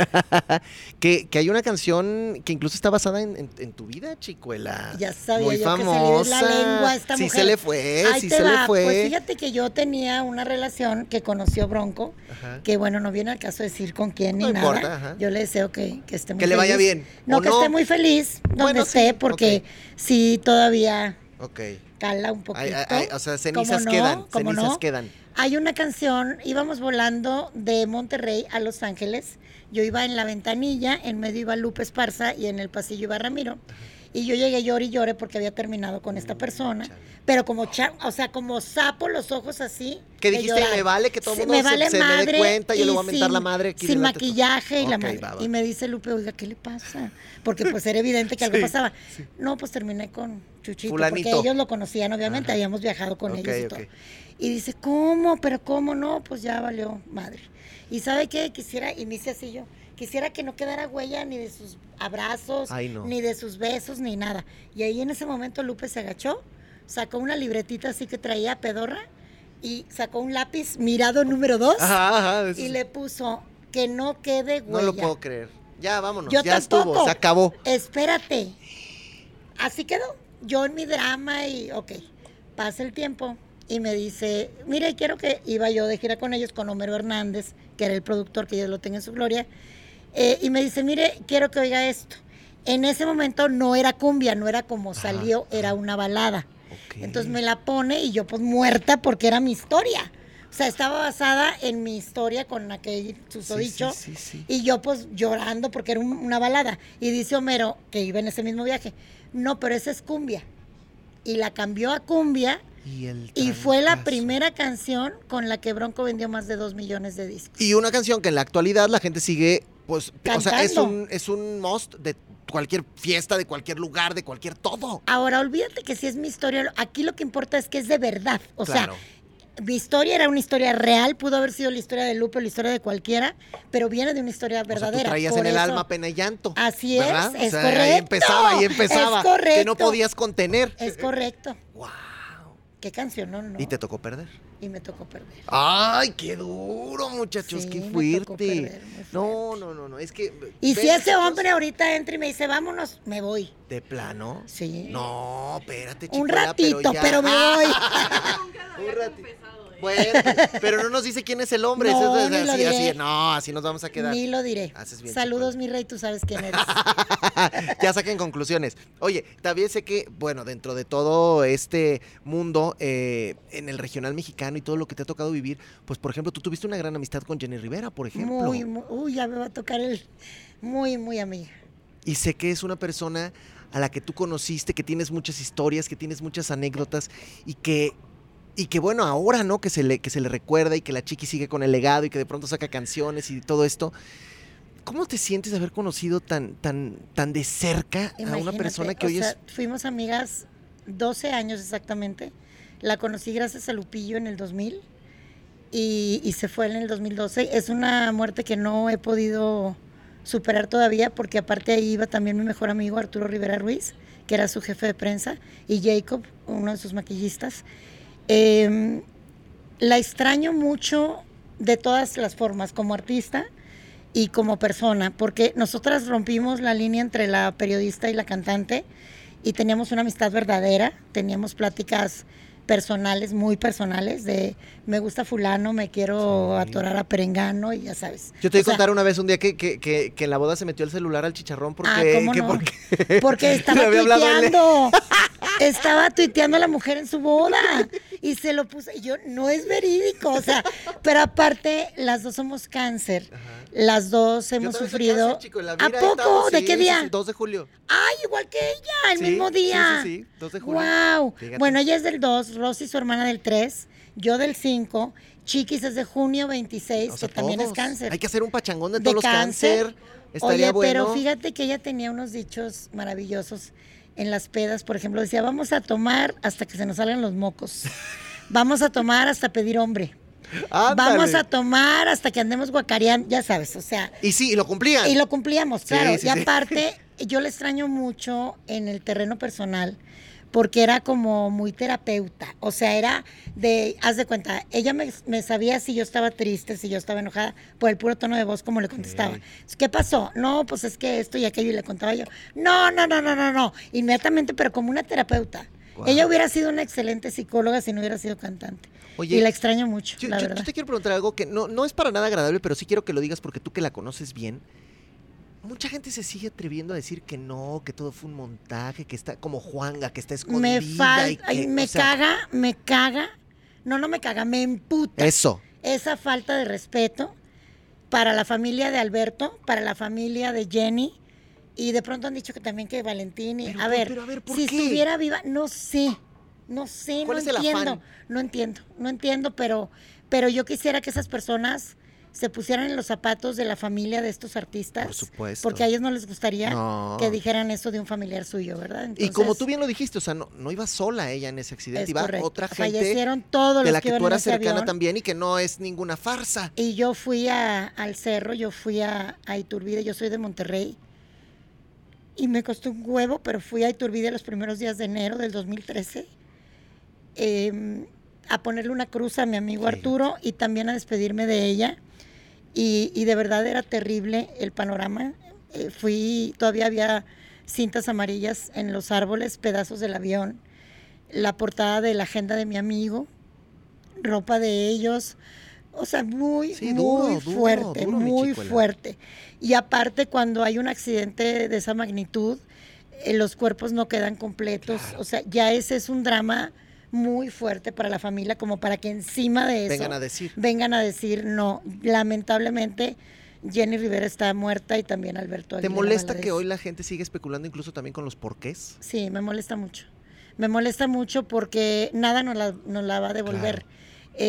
que hay una canción que incluso está basada en tu vida, Chicuela. Ya sabía Muy yo famosa. que se le dio la lengua a esta sí mujer. se le fue, Ahí sí te se va. le fue. Pues fíjate que yo tenía una relación que conoció Bronco, Ajá. que bueno, no viene al caso decir con quién ni No nada. importa, ajá. Yo le deseo que esté muy Que le feliz. vaya bien, No, ¿o que no? esté muy feliz donde Bueno, esté, sí, porque ok. sí todavía Ok. cala un poquito. O sea, cenizas ¿Cómo no? quedan. ¿Cómo Cenizas no? quedan. Hay una canción, íbamos volando de Monterrey a Los Ángeles. Yo iba en la ventanilla, en medio iba Lupe Esparza y en el pasillo iba Ramiro. Y yo llegué llore y llore porque había terminado con esta persona. chale. Pero como o sea, como sapo los ojos así. ¿Qué de dijiste? llorar. Me vale que todo el Sí, mundo me vale se me dé madre cuenta, yo y le voy a mentar la madre aquí sin delante de todo. maquillaje y la Ok, madre. va. Y me dice Lupe, oiga, ¿qué le pasa? Porque pues era evidente que algo Sí, pasaba. No, pues terminé con Chuchito, Fulanito. porque ellos lo conocían, obviamente, Ajá. habíamos viajado con Ok, ellos y ok. todo. Y dice, ¿cómo? ¿Pero cómo no? Pues ya valió madre. ¿Y sabe qué? Quisiera, y me hice así yo, quisiera que no quedara huella ni de sus abrazos, Ay, no. ni de sus besos, ni nada. Y ahí en ese momento Lupe se agachó, sacó una libretita así que traía pedorra y sacó un lápiz mirado número 2 Ajá, y le puso que no quede huella. No lo puedo creer. Ya, vámonos, Yo ya tampoco. estuvo, se acabó. Espérate. Así quedó. Yo en mi drama y, ok, pasa el tiempo y me dice, mire, quiero que, iba yo de gira con ellos, con Homero Hernández, que era el productor, que Dios lo tenga en su gloria, y me dice, mire, quiero que oiga esto. En ese momento no era cumbia, no era como salió, era una balada. Okay. Entonces me la pone y yo pues muerta porque era mi historia. O sea, estaba basada en mi historia con aquel susodicho. Sí. Y yo pues llorando porque era una balada. Y dice Homero, que iba en ese mismo viaje, no, pero esa es cumbia. Y la cambió a cumbia y fue la primera canción con la que Bronco vendió más de 2 millones de discos. Y una canción que en la actualidad la gente sigue, pues, Cantando. o sea, es un must de cualquier fiesta, de cualquier lugar, de cualquier todo. Ahora, olvídate que si es mi historia, aquí lo que importa es que es de verdad. O Claro. sea, mi historia era una historia real, pudo haber sido la historia de Lupe o la historia de cualquiera, pero viene de una historia verdadera. O sea, tú traías Por en el eso, alma pena y llanto. Así ¿verdad? es O sea, correcto. Ahí empezaba. Es correcto. Que no podías contener. Es correcto. Wow. ¿Qué canción? No. Y te tocó perder. Y me tocó perder. Ay, qué duro, muchachos, Sí, qué me fuerte. tocó perder, muy No, es que... Y ven, si ese muchachos, hombre ahorita entra y me dice, vámonos, me voy. ¿De plano? Sí. No, espérate, Un chicuela, ratito, ya. pero me voy. Nunca lo Un había ratito. confesado, Bueno, pero no nos dice quién es el hombre. No, Eso es ni lo así, diré. no, así nos vamos a quedar. Ni lo diré. Haces bien, Saludos, chicuela. mi rey, tú sabes quién eres. Ya saquen conclusiones. Oye, también sé que, bueno, dentro de todo este mundo, en el regional mexicano y todo lo que te ha tocado vivir, pues, por ejemplo, tú tuviste una gran amistad con Jenny Rivera, por ejemplo. Uy, ya me va a tocar el muy amiga. Y sé que es una persona a la que tú conociste, que tienes muchas historias, que tienes muchas anécdotas y que bueno, ahora, ¿no? Que se le recuerda y que la chiqui sigue con el legado y que de pronto saca canciones y todo esto. ¿Cómo te sientes de haber conocido tan de cerca a una Imagínate, persona que hoy o sea, es... fuimos amigas 12 años exactamente. La conocí gracias a Lupillo en el 2000 y se fue en el 2012. Es una muerte que no he podido superar todavía porque aparte ahí iba también mi mejor amigo Arturo Rivera Ruiz, que era su jefe de prensa, y Jacob, uno de sus maquillistas. La extraño mucho de todas las formas, como artista y como persona, porque nosotras rompimos la línea entre la periodista y la cantante y teníamos una amistad verdadera, teníamos pláticas personales, muy personales, de me gusta fulano, me quiero Sí. atorar a perengano y ya sabes. Yo te voy a O sea, contar una vez, un día que en la boda se metió el celular al chicharrón porque... ¿cómo que no? porque Porque estaba le había hablado él. tuiteando. Estaba tuiteando a la mujer en su boda y se lo puse. Y yo, no es verídico, o sea, pero aparte, las dos somos cáncer. Ajá. Las dos Yo hemos también soy sufrido. cáncer, chico, en la ¿A vida poco? estamos, ¿De sí, qué sí, día? sí, 2 de julio. Ay, igual que ella, el Sí, mismo día. Sí, 2 de julio. Wow. Fíjate. Bueno, ella es del 2, Rosy, su hermana, del 3, yo del 5, Chiquis es de junio 26, O sea, que también es todos. cáncer. Hay que hacer un pachangón de De todos los cáncer. Estaría Oye, bueno. pero fíjate que ella tenía unos dichos maravillosos en las pedas. Por ejemplo, decía, vamos a tomar hasta que se nos salgan los mocos. Vamos a tomar hasta pedir hombre. Ándale. Vamos a tomar hasta que andemos guacareando, ya sabes, o sea. Y sí, y lo cumplían. Y lo cumplíamos, Sí, claro. sí, Y sí. aparte, yo le extraño mucho en el terreno personal, porque era como muy terapeuta. O sea, era de, haz de cuenta, ella me sabía si yo estaba triste, si yo estaba enojada, por el puro tono de voz como le contestaba. Ok. ¿Qué pasó? No, pues es que esto y aquello, y le contaba yo. No. Inmediatamente, pero como una terapeuta. Guau. Ella hubiera sido una excelente psicóloga si no hubiera sido cantante. Oye, y la extraño mucho, Yo, la yo- verdad. yo te quiero preguntar algo que no es para nada agradable, pero sí quiero que lo digas porque tú que la conoces bien. Mucha gente se sigue atreviendo a decir que no, que todo fue un montaje, que está como Juanga, que está escondida. Me y falta, que, me o sea, caga. No me caga, me emputa. Eso. Esa falta de respeto para la familia de Alberto, para la familia de Jenny, y de pronto han dicho que también que Valentín, y Pero, a ver, ¿por si qué? estuviera viva, no sé, no ¿Cuál es el entiendo, afán? no entiendo, pero yo quisiera que esas personas se pusieran en los zapatos de la familia de estos artistas, Por supuesto. porque a ellos no les gustaría No. que dijeran eso de un familiar suyo, ¿verdad? Y como Entonces, tú bien lo dijiste, o sea, no iba sola ella en ese accidente, es iba correcto. otra gente Fallecieron todos de los la que que iban tú en eras ese cercana avión. también y que no es ninguna farsa. Y yo fui al cerro, yo fui a Iturbide, yo soy de Monterrey. Y me costó un huevo, pero fui a Iturbide los primeros días de enero del 2013. a ponerle una cruz a mi amigo Sí. Arturo y también a despedirme de ella. Y de verdad era terrible el panorama. Todavía había cintas amarillas en los árboles, pedazos del avión, la portada de la agenda de mi amigo, ropa de ellos. O sea, muy, Sí, muy duro, fuerte, duro, mi muy chicuela. fuerte. Y aparte, cuando hay un accidente de esa magnitud, los cuerpos no quedan completos. Claro. O sea, ya ese es un drama muy fuerte para la familia, como para que encima de eso Vengan a decir. no. Lamentablemente, Jenny Rivera está muerta y también Alberto ¿Te Aguilera molesta Valadez. que hoy la gente siga especulando incluso también con los porqués? Sí, me molesta mucho. Me molesta mucho porque nada nos la va a devolver. Claro.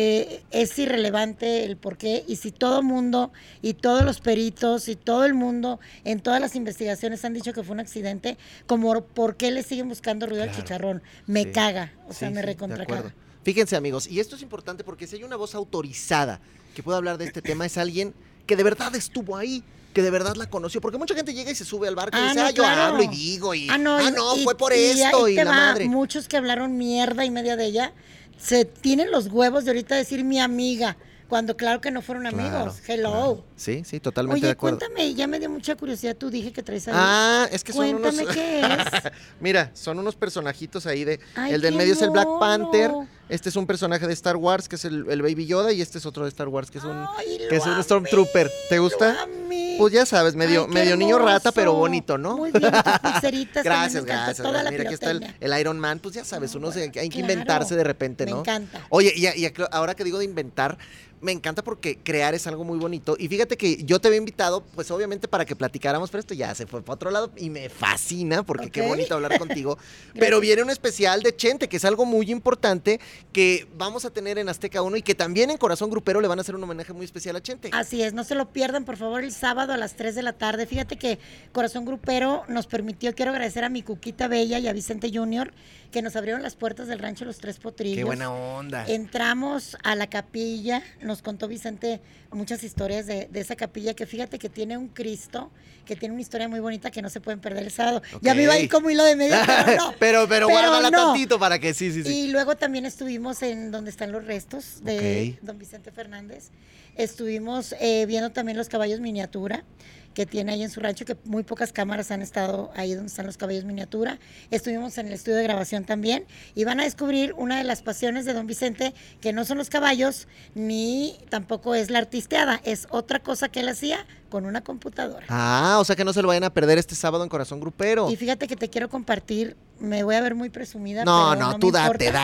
Es irrelevante el por qué, y si todo mundo y todos los peritos y todo el mundo en todas las investigaciones han dicho que fue un accidente, como por qué le siguen buscando ruido al Claro. chicharrón. Me Sí. caga, o sea, Sí, me sí, de recontra acuerdo. caga. Fíjense, amigos, y esto es importante porque si hay una voz autorizada que pueda hablar de este tema, es alguien que de verdad estuvo ahí, que de verdad la conoció, porque mucha gente llega y se sube al barco y dice, no, yo claro. hablo y digo, y y- fue por y esto, ahí y te la va, madre. muchos que hablaron mierda y media de ella, se tienen los huevos de ahorita decir mi amiga, cuando claro que no fueron amigos. Hello. claro. Sí, sí, totalmente Oye, de acuerdo. cuéntame, ya me dio mucha curiosidad, tú dije que traes ahí. Ah, es que son Cuéntame unos... qué es. Mira, son unos personajitos ahí de... Ay, el del qué medio es el Black mono. Panther, este es un personaje de Star Wars, que es el Baby Yoda, y este es otro de Star Wars, que es un, Ay, que es lo un Stormtrooper. ¿Te gusta? Lo amé. Pues ya sabes, medio, Ay, qué medio niño rata, pero hermoso. bonito, ¿no? Muy bien, tus pulseritas. Gracias, también me encantó, gracias. Toda la Mira, aquí está pirotecnia. el Iron Man, pues ya sabes, No, uno hay que claro. inventarse de repente, Me ¿no? encanta. Oye, ahora que digo de inventar, me encanta porque crear es algo muy bonito. Y fíjate que yo te había invitado, pues obviamente para que platicáramos, pero esto ya se fue para otro lado y me fascina porque qué Ok. bonito hablar contigo. Pero Gracias. viene un especial de Chente, que es algo muy importante que vamos a tener en Azteca 1 y que también en Corazón Grupero le van a hacer un homenaje muy especial a Chente. Así es, no se lo pierdan, por favor, el sábado a las 3 de la tarde. Fíjate que Corazón Grupero nos permitió, quiero agradecer a mi Cuquita Bella y a Vicente Junior, que nos abrieron las puertas del rancho Los Tres Potrillos. Qué buena onda. Entramos a la capilla, nos contó Vicente muchas historias de esa capilla, que fíjate que tiene un Cristo, que tiene una historia muy bonita que no se pueden perder el sábado. Ya me iba a ir como hilo de media, pero no. pero guárdala no. tantito para que sí. Y luego también estuvimos en donde están los restos de Ok. don Vicente Fernández. Estuvimos viendo también los caballos miniatura que tiene ahí en su rancho, que muy pocas cámaras han estado ahí donde están los caballos miniatura. Estuvimos en el estudio de grabación también y van a descubrir una de las pasiones de don Vicente, que no son los caballos ni tampoco es la artisteada, es otra cosa que él hacía con una computadora. Ah, o sea que no se lo vayan a perder este sábado en Corazón Grupero. Y fíjate que te quiero compartir, me voy a ver muy presumida. No, pero no, me tú date, importa.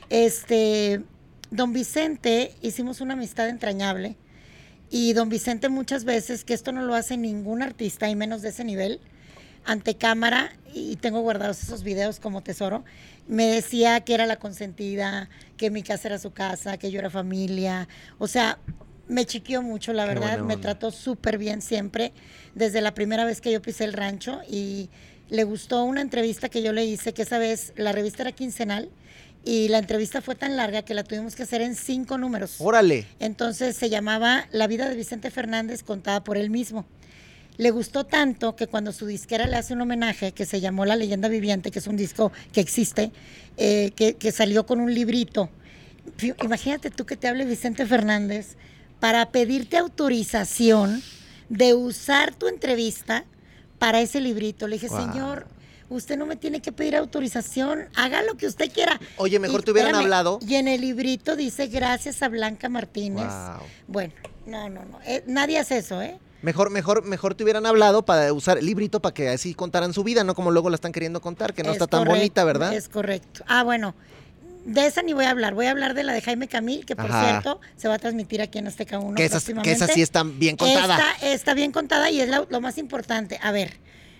date. Don Vicente, hicimos una amistad entrañable y don Vicente muchas veces, que esto no lo hace ningún artista y menos de ese nivel, ante cámara, y tengo guardados esos videos como tesoro, me decía que era la consentida, que mi casa era su casa, que yo era familia, o sea, me chiqueó mucho, la Qué verdad, buena me onda. trató súper bien siempre, desde la primera vez que yo pisé el rancho, y le gustó una entrevista que yo le hice, que esa vez la revista era quincenal, y la entrevista fue tan larga que la tuvimos que hacer en 5 números. Órale. Entonces se llamaba La vida de Vicente Fernández contada por él mismo. Le gustó tanto que cuando su disquera le hace un homenaje que se llamó La Leyenda Viviente, que es un disco que existe, que salió con un librito. Imagínate tú que te hable Vicente Fernández para pedirte autorización de usar tu entrevista para ese librito. Le dije, Wow. señor, usted no me tiene que pedir autorización, haga lo que usted quiera. Oye, mejor Y te hubieran espérame, hablado. Y en el librito dice, gracias a Blanca Martínez. Wow. Bueno, no. Nadie hace eso, ¿eh? Mejor te hubieran hablado para usar el librito para que así contaran su vida, no como luego la están queriendo contar, que no Es está tan correcto, bonita, ¿verdad? Es correcto. Ah, bueno, de esa ni voy a hablar. Voy a hablar de la de Jaime Camil, que por Ajá. cierto se va a transmitir aquí en Azteca 1 que próximamente. esa sí está bien contada. Está bien contada y es lo más importante. A ver,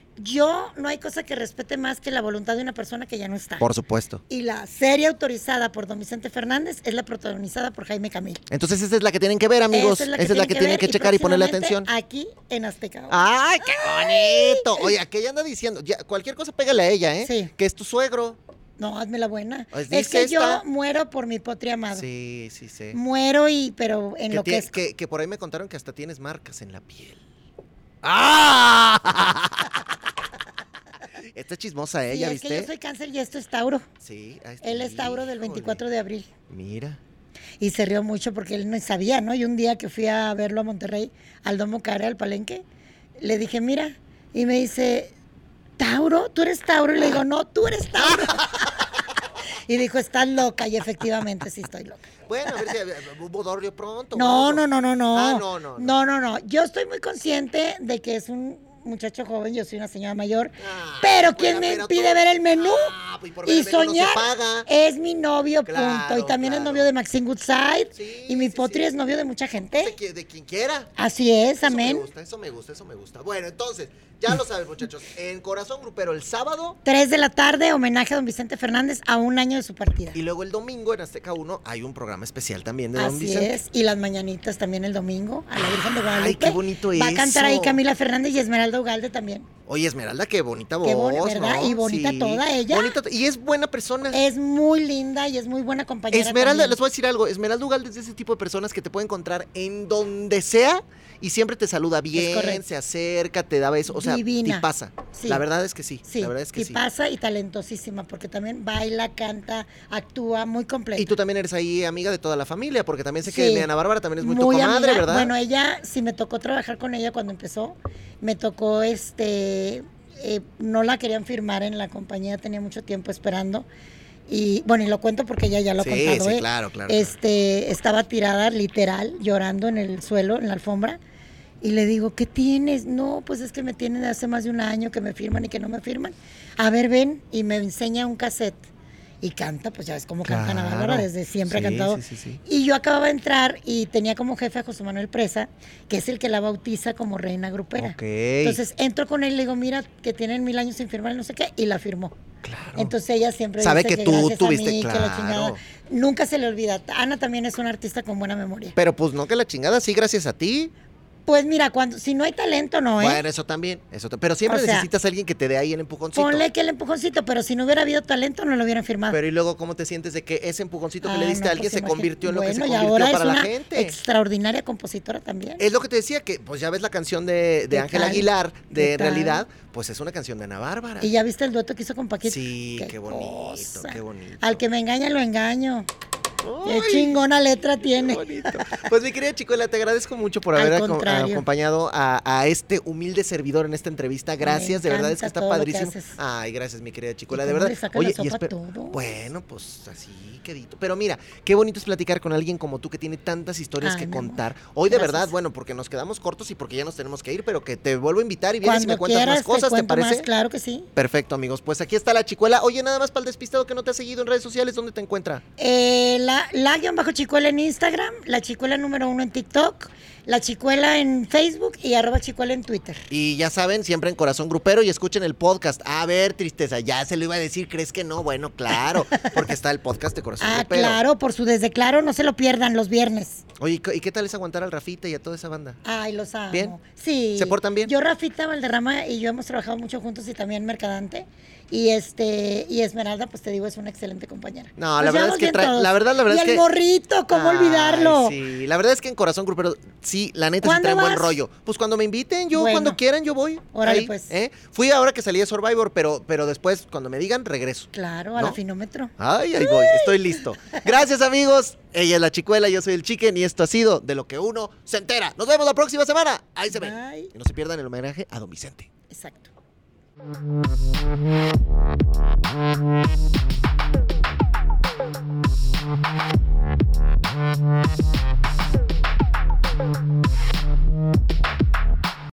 no hay cosa que respete más que la voluntad de una persona que ya no está. Por supuesto. Y la serie autorizada por don Vicente Fernández es la protagonizada por Jaime Camil. Entonces esa es la que tienen que ver, amigos. Esa es la que tienen ver que checar y ponerle atención. próximamente aquí en Azteca. ¡Ay, qué bonito! Oye, ¿a qué ella anda diciendo? Ya, cualquier cosa pégale a ella, ¿eh? Sí. Que es tu suegro. No, hazme la buena. Pues Es dice que yo esta. muero por mi potri amado. Sí, sí, sí. Muero pero Que, enloquezco. que por ahí me contaron que hasta tienes marcas en la piel. ¡Ah! Esta es chismosa, Sí, ¿ya es viste? que yo soy Cáncer y esto es Tauro. Sí, ahí está. Él es Tauro del 24 de abril. Mira. Y se rió mucho porque él no sabía, ¿no? Y un día que fui a verlo a Monterrey, al Domo Care, al Palenque, le dije, mira, y me dice, ¿Tauro? ¿Tú eres Tauro? Y le digo, no, tú eres Tauro. Y dijo, estás loca. Y efectivamente sí estoy loca. Bueno, a ver si hubo Dorrio pronto. No, o algo. no. Ah, No. Yo estoy muy consciente de que es un muchacho joven, yo soy una señora mayor, Ah, pero pues, quien me pero impide tú- ver el menú Ah, pues, por ver y el menú no se soñar paga. es mi novio, Claro, punto. Y también es claro. novio de Maxine Goodside. Sí, Y mi sí, potri sí. es novio de mucha gente. De quien quiera. Así es, amén. Eso me gusta. Bueno, entonces, ya lo saben, muchachos. En Corazón Grupero el sábado 3 de la tarde, homenaje a don Vicente Fernández a un año de su partida. y luego el domingo en Azteca 1 hay un programa especial también de Don Así Vicente. es. Y las mañanitas también el domingo a la Virgen de Guadalupe. Ay, qué bonito Va a cantar ahí eso. Camila Fernández y Esmeralda Ugalde también. Oye, Esmeralda, qué bonita voz, Qué ¿verdad? ¿no? Y bonita toda ella. Y es buena persona. Es muy linda y es muy buena compañera. Esmeralda, también. les voy a decir algo. Esmeralda Ugalde es de ese tipo de personas que te puede encontrar en donde sea y siempre te saluda bien, correcto. se acerca, te da besos. O sea, Divina. te pasa. Sí. La verdad es que sí. Sí, La verdad es que y sí. pasa y talentosísima, porque también baila, canta, actúa, muy completa. Y tú también eres ahí amiga de toda la familia, porque también sé Sí. que Ana Bárbara también es muy tu comadre, amiga. ¿verdad? Bueno, ella, sí me tocó trabajar con ella cuando empezó, me tocó no la querían firmar en la compañía, tenía mucho tiempo esperando. Y bueno, y lo cuento porque ella ya lo ha Sí, contado. sí, claro. Estaba tirada literal, llorando en el suelo, en la alfombra. Y le digo, ¿qué tienes? No, pues es que me tienen de hace más de un año que me firman y que no me firman. A ver, ven, y me enseña un cassette. Y canta, pues ya ves cómo canta Ana Claro. Bárbara, desde siempre Sí, ha cantado. sí. Y yo acababa de entrar y tenía como jefe a José Manuel Presa, que es el que la bautiza como reina grupera. Ok. Entonces entro con él y le digo, mira, que tienen 1000 años sin firmar, no sé qué, y la firmó. Claro. Entonces ella siempre Sabe dice que tú gracias a tuviste, mí, que la claro. chingada. Nunca se le olvida. Ana también es una artista con buena memoria. Pero pues no que la chingada, sí, gracias a ti. Pues mira, si no hay talento, no, ¿eh? Bueno, eso también. Pero siempre O sea, necesitas a alguien que te dé ahí el empujoncito. Ponle que el empujoncito, pero si no hubiera habido talento, no lo hubieran firmado. Pero y luego, ¿cómo te sientes de que ese empujoncito que le Ah, diste no, a alguien pues se convirtió en lo que se bueno, y convirtió ahora para es la una gente? extraordinaria compositora también. Es lo que te decía, que pues ya ves la canción de ¿Qué Ángel tal? Aguilar, de ¿Qué tal? Realidad, pues es una canción de Ana Bárbara. Y ya viste el dueto que hizo con Paquita. Sí, qué bonito, cosa. qué bonito. Al que me engaña, lo engaño. Qué Ay, chingona letra qué tiene. bonito. Pues mi querida Chicuela, te agradezco mucho por Al haber contrario. acompañado a este humilde servidor en esta entrevista. Gracias, de verdad es que encanta está todo lo que padrísimo. haces. Ay, gracias, mi querida Chicuela, ¿Y de cómo verdad. le sacan la sopa a espero- todos? Bueno, pues así, quedito. Pero mira, qué bonito es platicar con alguien como tú que tiene tantas historias Ay, que mi amor. contar. Hoy de Gracias. verdad, bueno, porque nos quedamos cortos y porque ya nos tenemos que ir, pero que te vuelvo a invitar y vienes y me Cuando cuentas quieras, más cosas, ¿te cuento parece? más, claro que sí. Perfecto, amigos. Pues aquí está la Chicuela. Oye, nada más para el despistado que no te ha seguido en redes sociales, ¿dónde te encuentra? La-Chicuela en Instagram, la Chicuela número 1 en TikTok, la Chicuela en Facebook y @Chicuela en Twitter. Y ya saben, siempre en Corazón Grupero y escuchen el podcast. A ver, tristeza, ya se lo iba a decir, ¿crees que no? Bueno, claro, porque está el podcast de Corazón Grupero. Claro, por su Desde Claro, no se lo pierdan los viernes. Oye, ¿y qué tal es aguantar al Rafita y a toda esa banda? Ay, los amo. ¿Bien? Sí. ¿Se portan bien? Yo, Rafita Valderrama y yo hemos trabajado mucho juntos y también Mercadante. Y Esmeralda, pues te digo, es una excelente compañera. No, Nos la verdad llevamos es que bien todos. la verdad y es el que morrito, ¿cómo Ay, olvidarlo? Sí, la verdad es que en Corazón Grupero, sí, la neta sí ¿Cuándo traen buen vas? rollo. Pues cuando me inviten, yo Bueno. cuando quieran, yo voy. Órale, Ahí, pues. Fui ahora que salí de Survivor, pero después, cuando me digan, regreso. Claro, a ¿No? la Finómetro. Ay, ahí voy, estoy listo. Gracias, amigos. Ella es la Chicuela, yo soy el Chicken y esto ha sido de lo que uno se entera. Nos vemos la próxima semana. Ahí se ven. Bye. Y no se pierdan el homenaje a Don Vicente. Exacto.